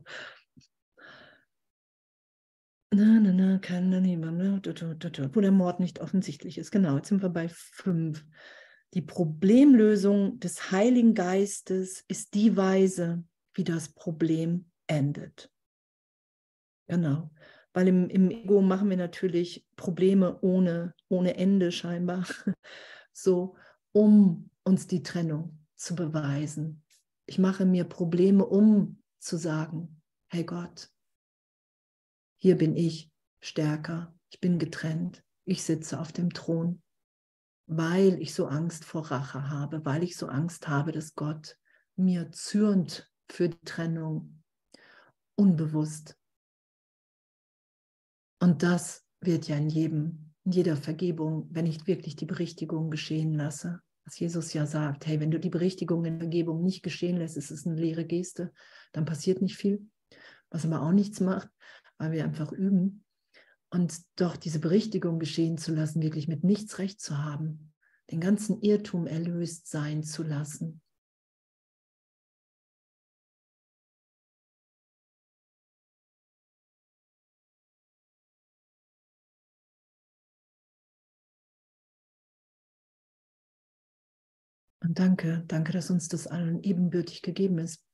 Wo der Mord nicht offensichtlich ist. Genau, jetzt sind wir bei 5. Die Problemlösung des Heiligen Geistes ist die Weise, wie das Problem endet. Genau, weil im Ego machen wir natürlich Probleme ohne Ende scheinbar, so um uns die Trennung zu beweisen. Ich mache mir Probleme, um zu sagen, hey Gott, hier bin ich stärker, ich bin getrennt, ich sitze auf dem Thron, weil ich so Angst vor Rache habe, weil ich so Angst habe, dass Gott mir zürnt für die Trennung, unbewusst. Und das wird ja in jeder Vergebung, wenn ich wirklich die Berichtigung geschehen lasse, was Jesus ja sagt, hey, wenn du die Berichtigung in Vergebung nicht geschehen lässt, ist es eine leere Geste, dann passiert nicht viel, was aber auch nichts macht, weil wir einfach üben. Und doch diese Berichtigung geschehen zu lassen, wirklich mit nichts recht zu haben, den ganzen Irrtum erlöst sein zu lassen. Und danke, dass uns das allen ebenbürtig gegeben ist.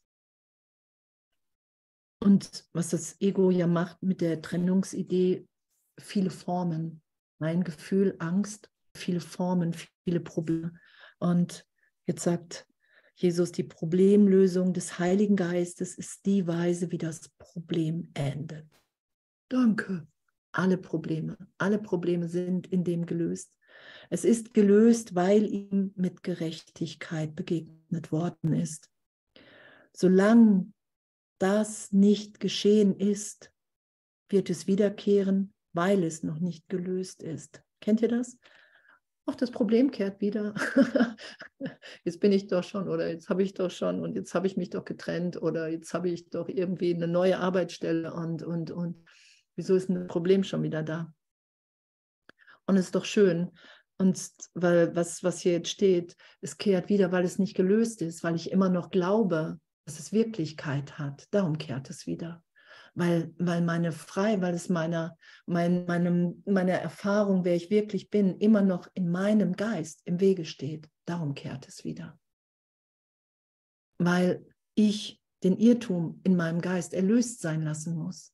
Und was das Ego ja macht mit der Trennungsidee, viele Formen. Mein Gefühl, Angst, viele Formen, viele Probleme. Und jetzt sagt Jesus, die Problemlösung des Heiligen Geistes ist die Weise, wie das Problem endet. Danke. Alle Probleme sind in dem gelöst. Es ist gelöst, weil ihm mit Gerechtigkeit begegnet worden ist. Solange das nicht geschehen ist, wird es wiederkehren weil es noch nicht gelöst ist. Kennt ihr das? Auch das Problem kehrt wieder. Jetzt bin ich doch schon oder jetzt habe ich doch schon und jetzt habe ich mich doch getrennt oder jetzt habe ich doch irgendwie eine neue Arbeitsstelle und. Wieso ist ein Problem schon wieder da? Und es ist doch schön. Und weil was hier jetzt steht, es kehrt wieder, weil es nicht gelöst ist, weil ich immer noch glaube, dass es Wirklichkeit hat. Darum kehrt es wieder. Weil es meine Erfahrung, wer ich wirklich bin, immer noch in meinem Geist im Wege steht. Darum kehrt es wieder. Weil ich den Irrtum in meinem Geist erlöst sein lassen muss.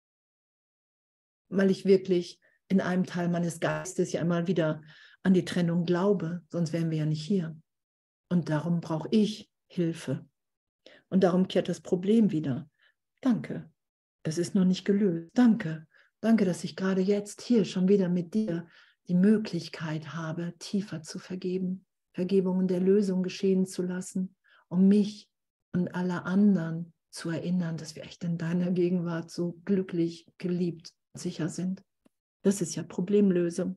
Weil ich wirklich in einem Teil meines Geistes ja immer wieder an die Trennung glaube, sonst wären wir ja nicht hier. Und darum brauche ich Hilfe. Und darum kehrt das Problem wieder. Danke, es ist noch nicht gelöst. Danke, danke, dass ich gerade jetzt hier schon wieder mit dir die Möglichkeit habe, tiefer zu vergeben, Vergebungen der Lösung geschehen zu lassen, um mich und alle anderen zu erinnern, dass wir echt in deiner Gegenwart so glücklich, geliebt, sicher sind. Das ist ja Problemlösung.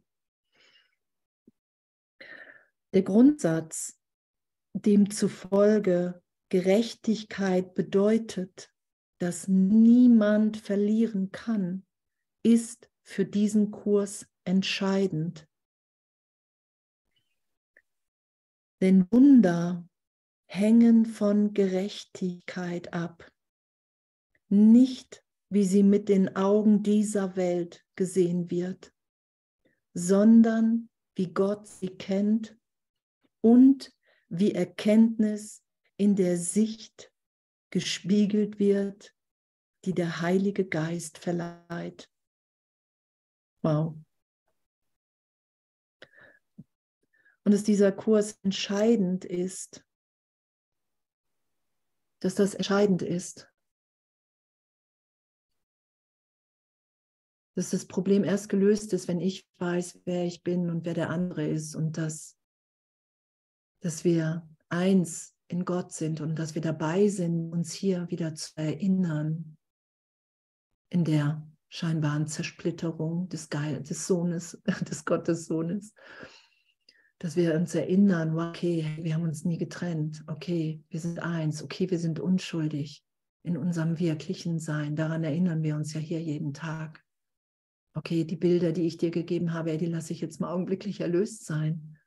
Der Grundsatz, demzufolge Gerechtigkeit bedeutet, dass niemand verlieren kann, ist für diesen Kurs entscheidend. Denn Wunder hängen von Gerechtigkeit ab, nicht wie sie mit den Augen dieser Welt gesehen wird, sondern wie Gott sie kennt und wie Erkenntnis in der Sicht gespiegelt wird, die der Heilige Geist verleiht. Wow. Und dass dieser Kurs entscheidend ist, dass das entscheidend ist, dass das Problem erst gelöst ist, wenn ich weiß, wer ich bin und wer der andere ist und dass wir eins in Gott sind und dass wir dabei sind, uns hier wieder zu erinnern in der scheinbaren Zersplitterung des Sohnes, des Gottessohnes, dass wir uns erinnern, okay, wir haben uns nie getrennt, okay, wir sind eins, okay, wir sind unschuldig in unserem wirklichen Sein, daran erinnern wir uns ja hier jeden Tag. Okay, die Bilder, die ich dir gegeben habe, die lasse ich jetzt mal augenblicklich erlöst sein,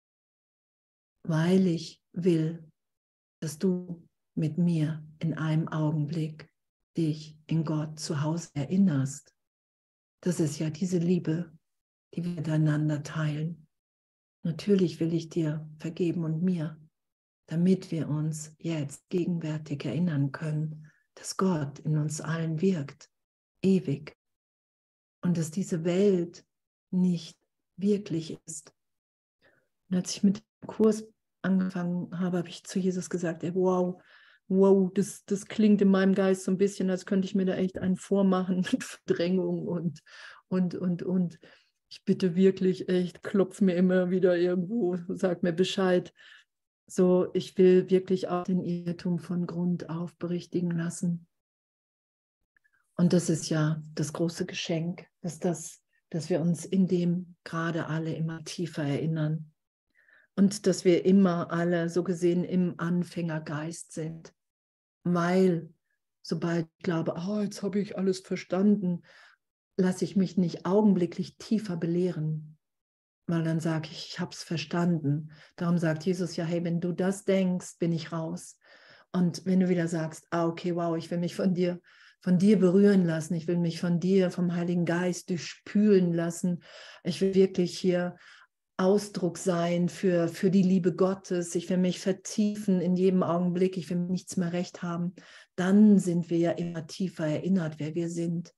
weil ich will, dass du mit mir in einem Augenblick dich in Gott zu Hause erinnerst. Das ist ja diese Liebe, die wir miteinander teilen. Natürlich will ich dir vergeben und mir, damit wir uns jetzt gegenwärtig erinnern können, dass Gott in uns allen wirkt, ewig. Und dass diese Welt nicht wirklich ist. Und als ich mit dem Kurs angefangen habe, habe ich zu Jesus gesagt, ey, wow, das klingt in meinem Geist so ein bisschen, als könnte ich mir da echt einen vormachen mit Verdrängung und. Ich bitte wirklich echt, klopf mir immer wieder irgendwo, sag mir Bescheid. So, ich will wirklich auch den Irrtum von Grund auf berichtigen lassen. Und das ist ja das große Geschenk, dass wir uns in dem gerade alle immer tiefer erinnern. Und dass wir immer alle so gesehen im Anfängergeist sind. Weil sobald ich glaube, oh, jetzt habe ich alles verstanden, lasse ich mich nicht augenblicklich tiefer belehren. Weil dann sage ich habe es verstanden. Darum sagt Jesus ja, hey, wenn du das denkst, bin ich raus. Und wenn du wieder sagst, okay, wow, ich will mich von dir berühren lassen, ich will mich von dir, vom Heiligen Geist durchspülen lassen, ich will wirklich hier Ausdruck sein für die Liebe Gottes, ich will mich vertiefen in jedem Augenblick, ich will nichts mehr recht haben, dann sind wir ja immer tiefer erinnert, wer wir sind.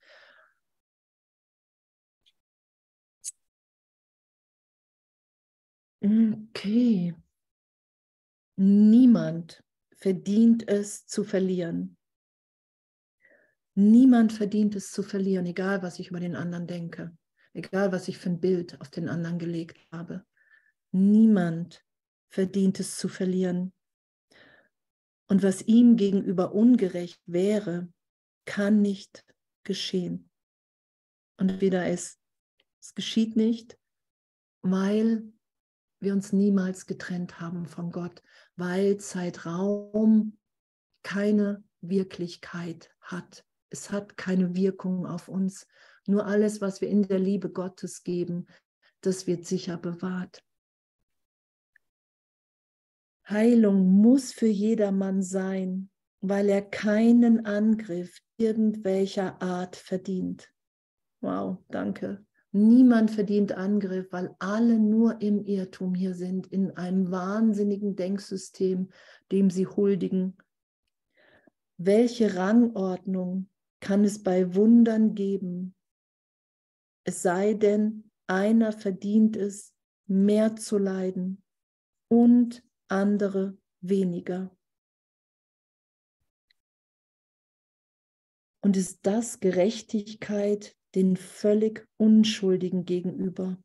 Okay. Niemand verdient es zu verlieren. Niemand verdient es zu verlieren, egal was ich über den anderen denke, egal was ich für ein Bild auf den anderen gelegt habe. Niemand verdient es zu verlieren. Und was ihm gegenüber ungerecht wäre, kann nicht geschehen. Und wieder es geschieht nicht, weil wir uns niemals getrennt haben von Gott, weil Zeitraum keine Wirklichkeit hat. Es hat keine Wirkung auf uns. Nur alles, was wir in der Liebe Gottes geben, das wird sicher bewahrt. Heilung muss für jedermann sein, weil er keinen Angriff irgendwelcher Art verdient. Wow, danke. Niemand verdient Angriff, weil alle nur im Irrtum hier sind, in einem wahnsinnigen Denksystem, dem sie huldigen. Welche Rangordnung kann es bei Wundern geben? Es sei denn, einer verdient es, mehr zu leiden und andere weniger. Und ist das Gerechtigkeit den völlig Unschuldigen gegenüber?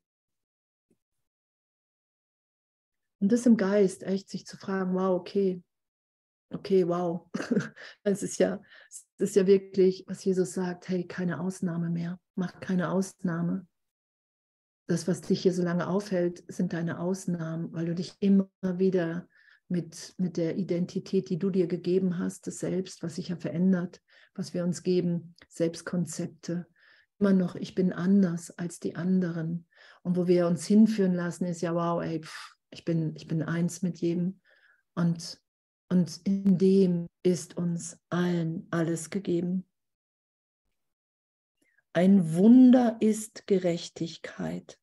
Und das im Geist, echt sich zu fragen, wow, okay, wow. Es ist ja wirklich, was Jesus sagt, hey, keine Ausnahme mehr, mach keine Ausnahme. Das, was dich hier so lange aufhält, sind deine Ausnahmen, weil du dich immer wieder mit der Identität, die du dir gegeben hast, das Selbst, was sich ja verändert, was wir uns geben, Selbstkonzepte, immer noch, ich bin anders als die anderen. Und wo wir uns hinführen lassen, ist ja, wow, ey, ich bin eins mit jedem. Und in dem ist uns allen alles gegeben. Ein Wunder ist Gerechtigkeit.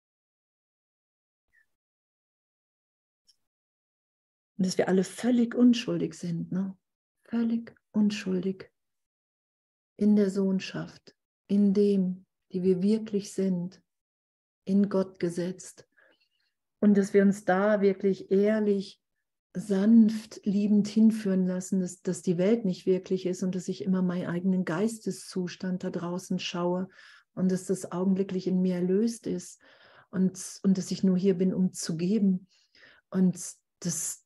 Und dass wir alle völlig unschuldig sind, ne? Völlig unschuldig in der Sohnschaft, in dem, die wir wirklich sind, in Gott gesetzt. Und dass wir uns da wirklich ehrlich, sanft, liebend hinführen lassen, dass die Welt nicht wirklich ist und dass ich immer meinen eigenen Geisteszustand da draußen schaue und dass das augenblicklich in mir erlöst ist und dass ich nur hier bin, um zu geben. Und das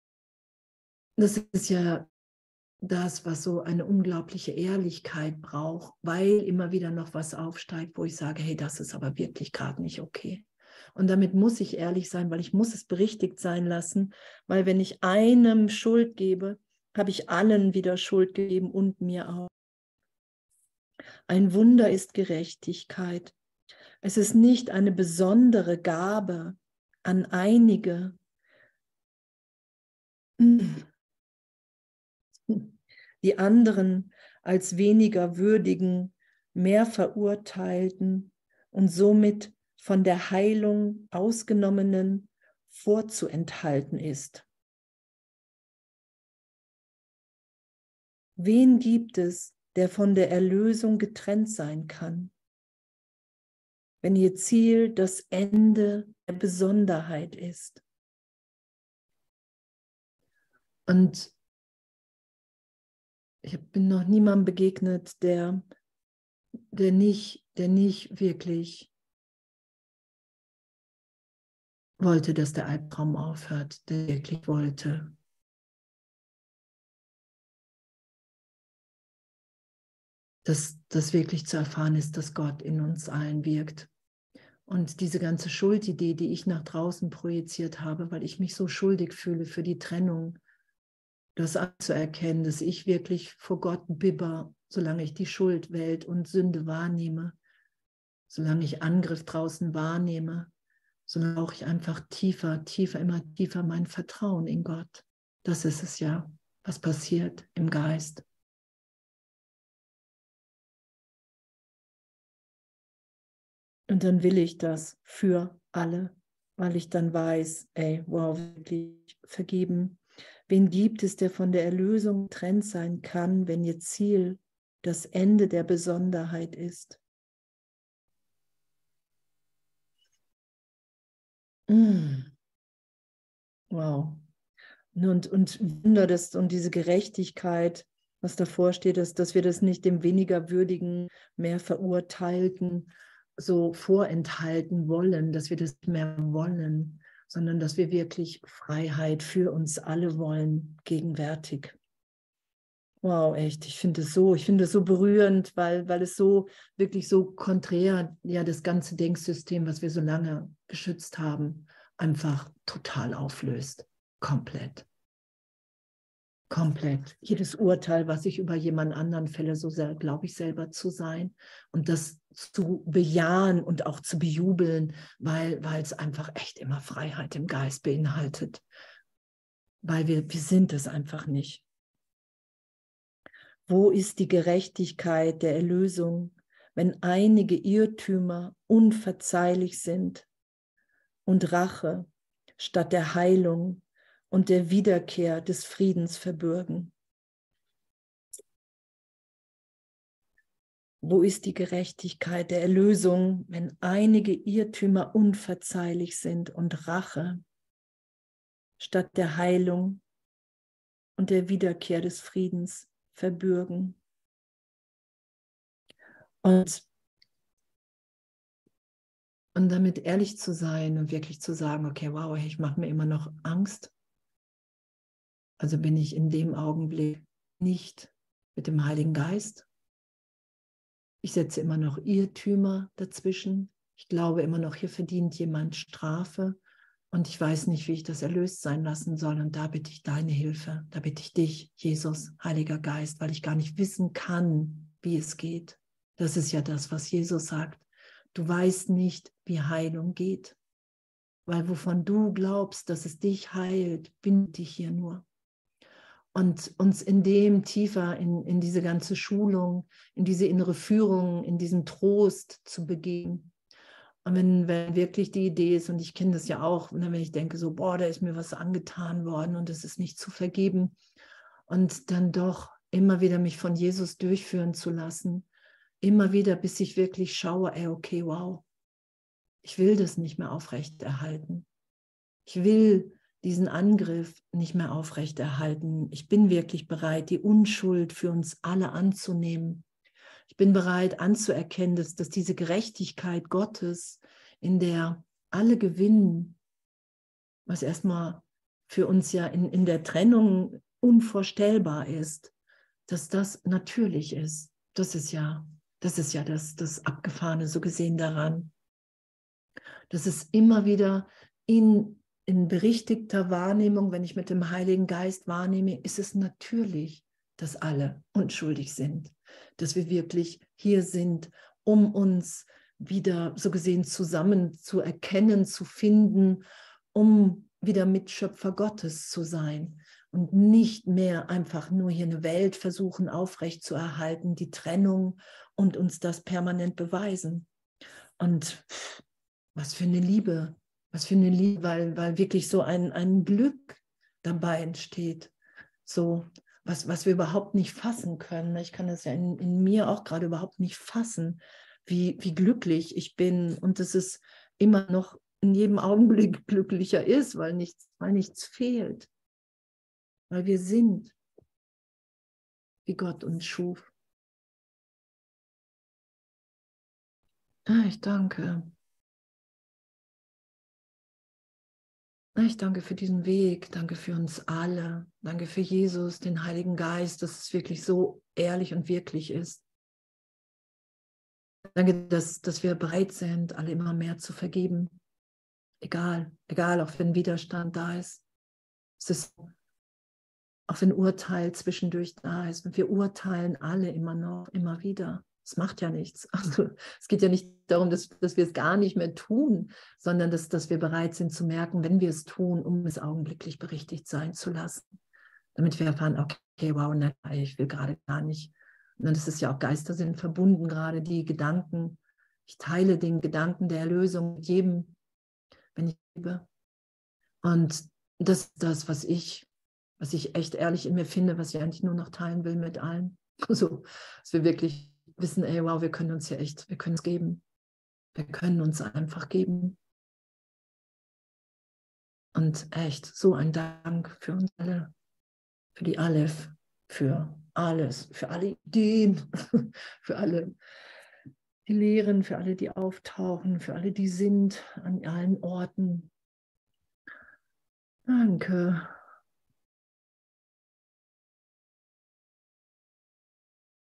ist ja das, was so eine unglaubliche Ehrlichkeit braucht, weil immer wieder noch was aufsteigt, wo ich sage, hey, das ist aber wirklich gerade nicht okay. Und damit muss ich ehrlich sein, weil ich muss es berichtigt sein lassen, weil wenn ich einem Schuld gebe, habe ich allen wieder Schuld gegeben und mir auch. Ein Wunder ist Gerechtigkeit. Es ist nicht eine besondere Gabe an einige, die anderen als weniger würdigen, mehr verurteilten und somit von der Heilung ausgenommenen vorzuenthalten ist. Wen gibt es, der von der Erlösung getrennt sein kann, wenn ihr Ziel das Ende der Besonderheit ist? Und ich bin noch niemandem begegnet, der nicht wirklich wollte, dass der Albtraum aufhört, der wirklich wollte. Dass wirklich zu erfahren ist, dass Gott in uns allen wirkt. Und diese ganze Schuldidee, die ich nach draußen projiziert habe, weil ich mich so schuldig fühle für die Trennung, das anzuerkennen, dass ich wirklich vor Gott bibber, solange ich die Schuld, Welt und Sünde wahrnehme, solange ich Angriff draußen wahrnehme, solange brauche ich einfach tiefer, immer tiefer mein Vertrauen in Gott. Das ist es ja, was passiert im Geist. Und dann will ich das für alle, weil ich dann weiß, ey, wow, wirklich vergeben. Wen gibt es, der von der Erlösung getrennt sein kann, wenn ihr Ziel das Ende der Besonderheit ist? Wow. Und Wunder, und diese Gerechtigkeit, was davor steht, dass wir das nicht dem weniger würdigen, mehr Verurteilten so vorenthalten wollen, dass wir das mehr wollen, sondern dass wir wirklich Freiheit für uns alle wollen, gegenwärtig. Wow, echt, ich finde es so berührend, weil es so wirklich so konträr, ja, das ganze Denksystem, was wir so lange geschützt haben, einfach total auflöst. Komplett. Komplett. Jedes Urteil, was ich über jemand anderen fälle, so sehr glaube ich selber zu sein und das zu bejahen und auch zu bejubeln, weil es einfach echt immer Freiheit im Geist beinhaltet. Weil wir sind es einfach nicht. Wo ist die Gerechtigkeit der Erlösung, wenn einige Irrtümer unverzeihlich sind und Rache statt der Heilung und der Wiederkehr des Friedens verbürgen? Wo ist die Gerechtigkeit der Erlösung, wenn einige Irrtümer unverzeihlich sind und Rache statt der Heilung und der Wiederkehr des Friedens verbürgen? Und damit ehrlich zu sein und wirklich zu sagen, okay, wow, ich mache mir immer noch Angst. Also bin ich in dem Augenblick nicht mit dem Heiligen Geist. Ich setze immer noch Irrtümer dazwischen. Ich glaube immer noch, hier verdient jemand Strafe. Und ich weiß nicht, wie ich das erlöst sein lassen soll. Und da bitte ich deine Hilfe. Da bitte ich dich, Jesus, Heiliger Geist, weil ich gar nicht wissen kann, wie es geht. Das ist ja das, was Jesus sagt. Du weißt nicht, wie Heilung geht. Weil wovon du glaubst, dass es dich heilt, bindet dich hier nur. Und uns in dem tiefer in diese ganze Schulung, in diese innere Führung, in diesen Trost zu begeben. Und wenn wirklich die Idee ist, und ich kenne das ja auch, wenn ich denke so, boah, da ist mir was angetan worden und es ist nicht zu vergeben. Und dann doch immer wieder mich von Jesus durchführen zu lassen. Immer wieder, bis ich wirklich schaue, ey, okay, wow, ich will das nicht mehr aufrechterhalten. Ich will diesen Angriff nicht mehr aufrechterhalten. Ich bin wirklich bereit, die Unschuld für uns alle anzunehmen. Ich bin bereit anzuerkennen, dass diese Gerechtigkeit Gottes, in der alle gewinnen, was erstmal für uns ja in der Trennung unvorstellbar ist, dass das natürlich ist. Das ist ja das Abgefahrene so gesehen daran, dass es immer wieder in berichtigter Wahrnehmung, wenn ich mit dem Heiligen Geist wahrnehme, ist es natürlich, dass alle unschuldig sind, dass wir wirklich hier sind, um uns wieder so gesehen zusammen zu erkennen, zu finden, um wieder Mitschöpfer Gottes zu sein und nicht mehr einfach nur hier eine Welt versuchen aufrechtzuerhalten, die Trennung und uns das permanent beweisen. Und was für eine Liebe, weil wirklich so ein Glück dabei entsteht. So, was wir überhaupt nicht fassen können. Ich kann das ja in mir auch gerade überhaupt nicht fassen, wie glücklich ich bin und dass es immer noch in jedem Augenblick glücklicher ist, weil nichts fehlt. Weil wir sind, wie Gott uns schuf. Ich danke. Ich danke für diesen Weg, danke für uns alle, danke für Jesus, den Heiligen Geist, dass es wirklich so ehrlich und wirklich ist. Danke, dass wir bereit sind, alle immer mehr zu vergeben. Egal, auch wenn Widerstand da ist. Es ist, auch wenn Urteil zwischendurch da ist. Und wir urteilen alle immer noch, immer wieder. Es macht ja nichts. Also es geht ja nicht darum, dass wir es gar nicht mehr tun, sondern dass wir bereit sind zu merken, wenn wir es tun, um es augenblicklich berichtigt sein zu lassen. Damit wir erfahren, okay, wow, nein, ich will gerade gar nicht. Und dann ist es ja auch, Geister sind verbunden, gerade die Gedanken. Ich teile den Gedanken der Erlösung mit jedem, wenn ich liebe. Und das ist das, was ich echt ehrlich in mir finde, was ich eigentlich nur noch teilen will mit allen. So, dass wir wirklich wissen, ey, wow, wir können uns wir können es geben. Wir können uns einfach geben. Und echt, so ein Dank für uns alle, für die Aleph, für alles, für alle Ideen, für alle die Lehren, für alle, die auftauchen, für alle, die sind an allen Orten. Danke.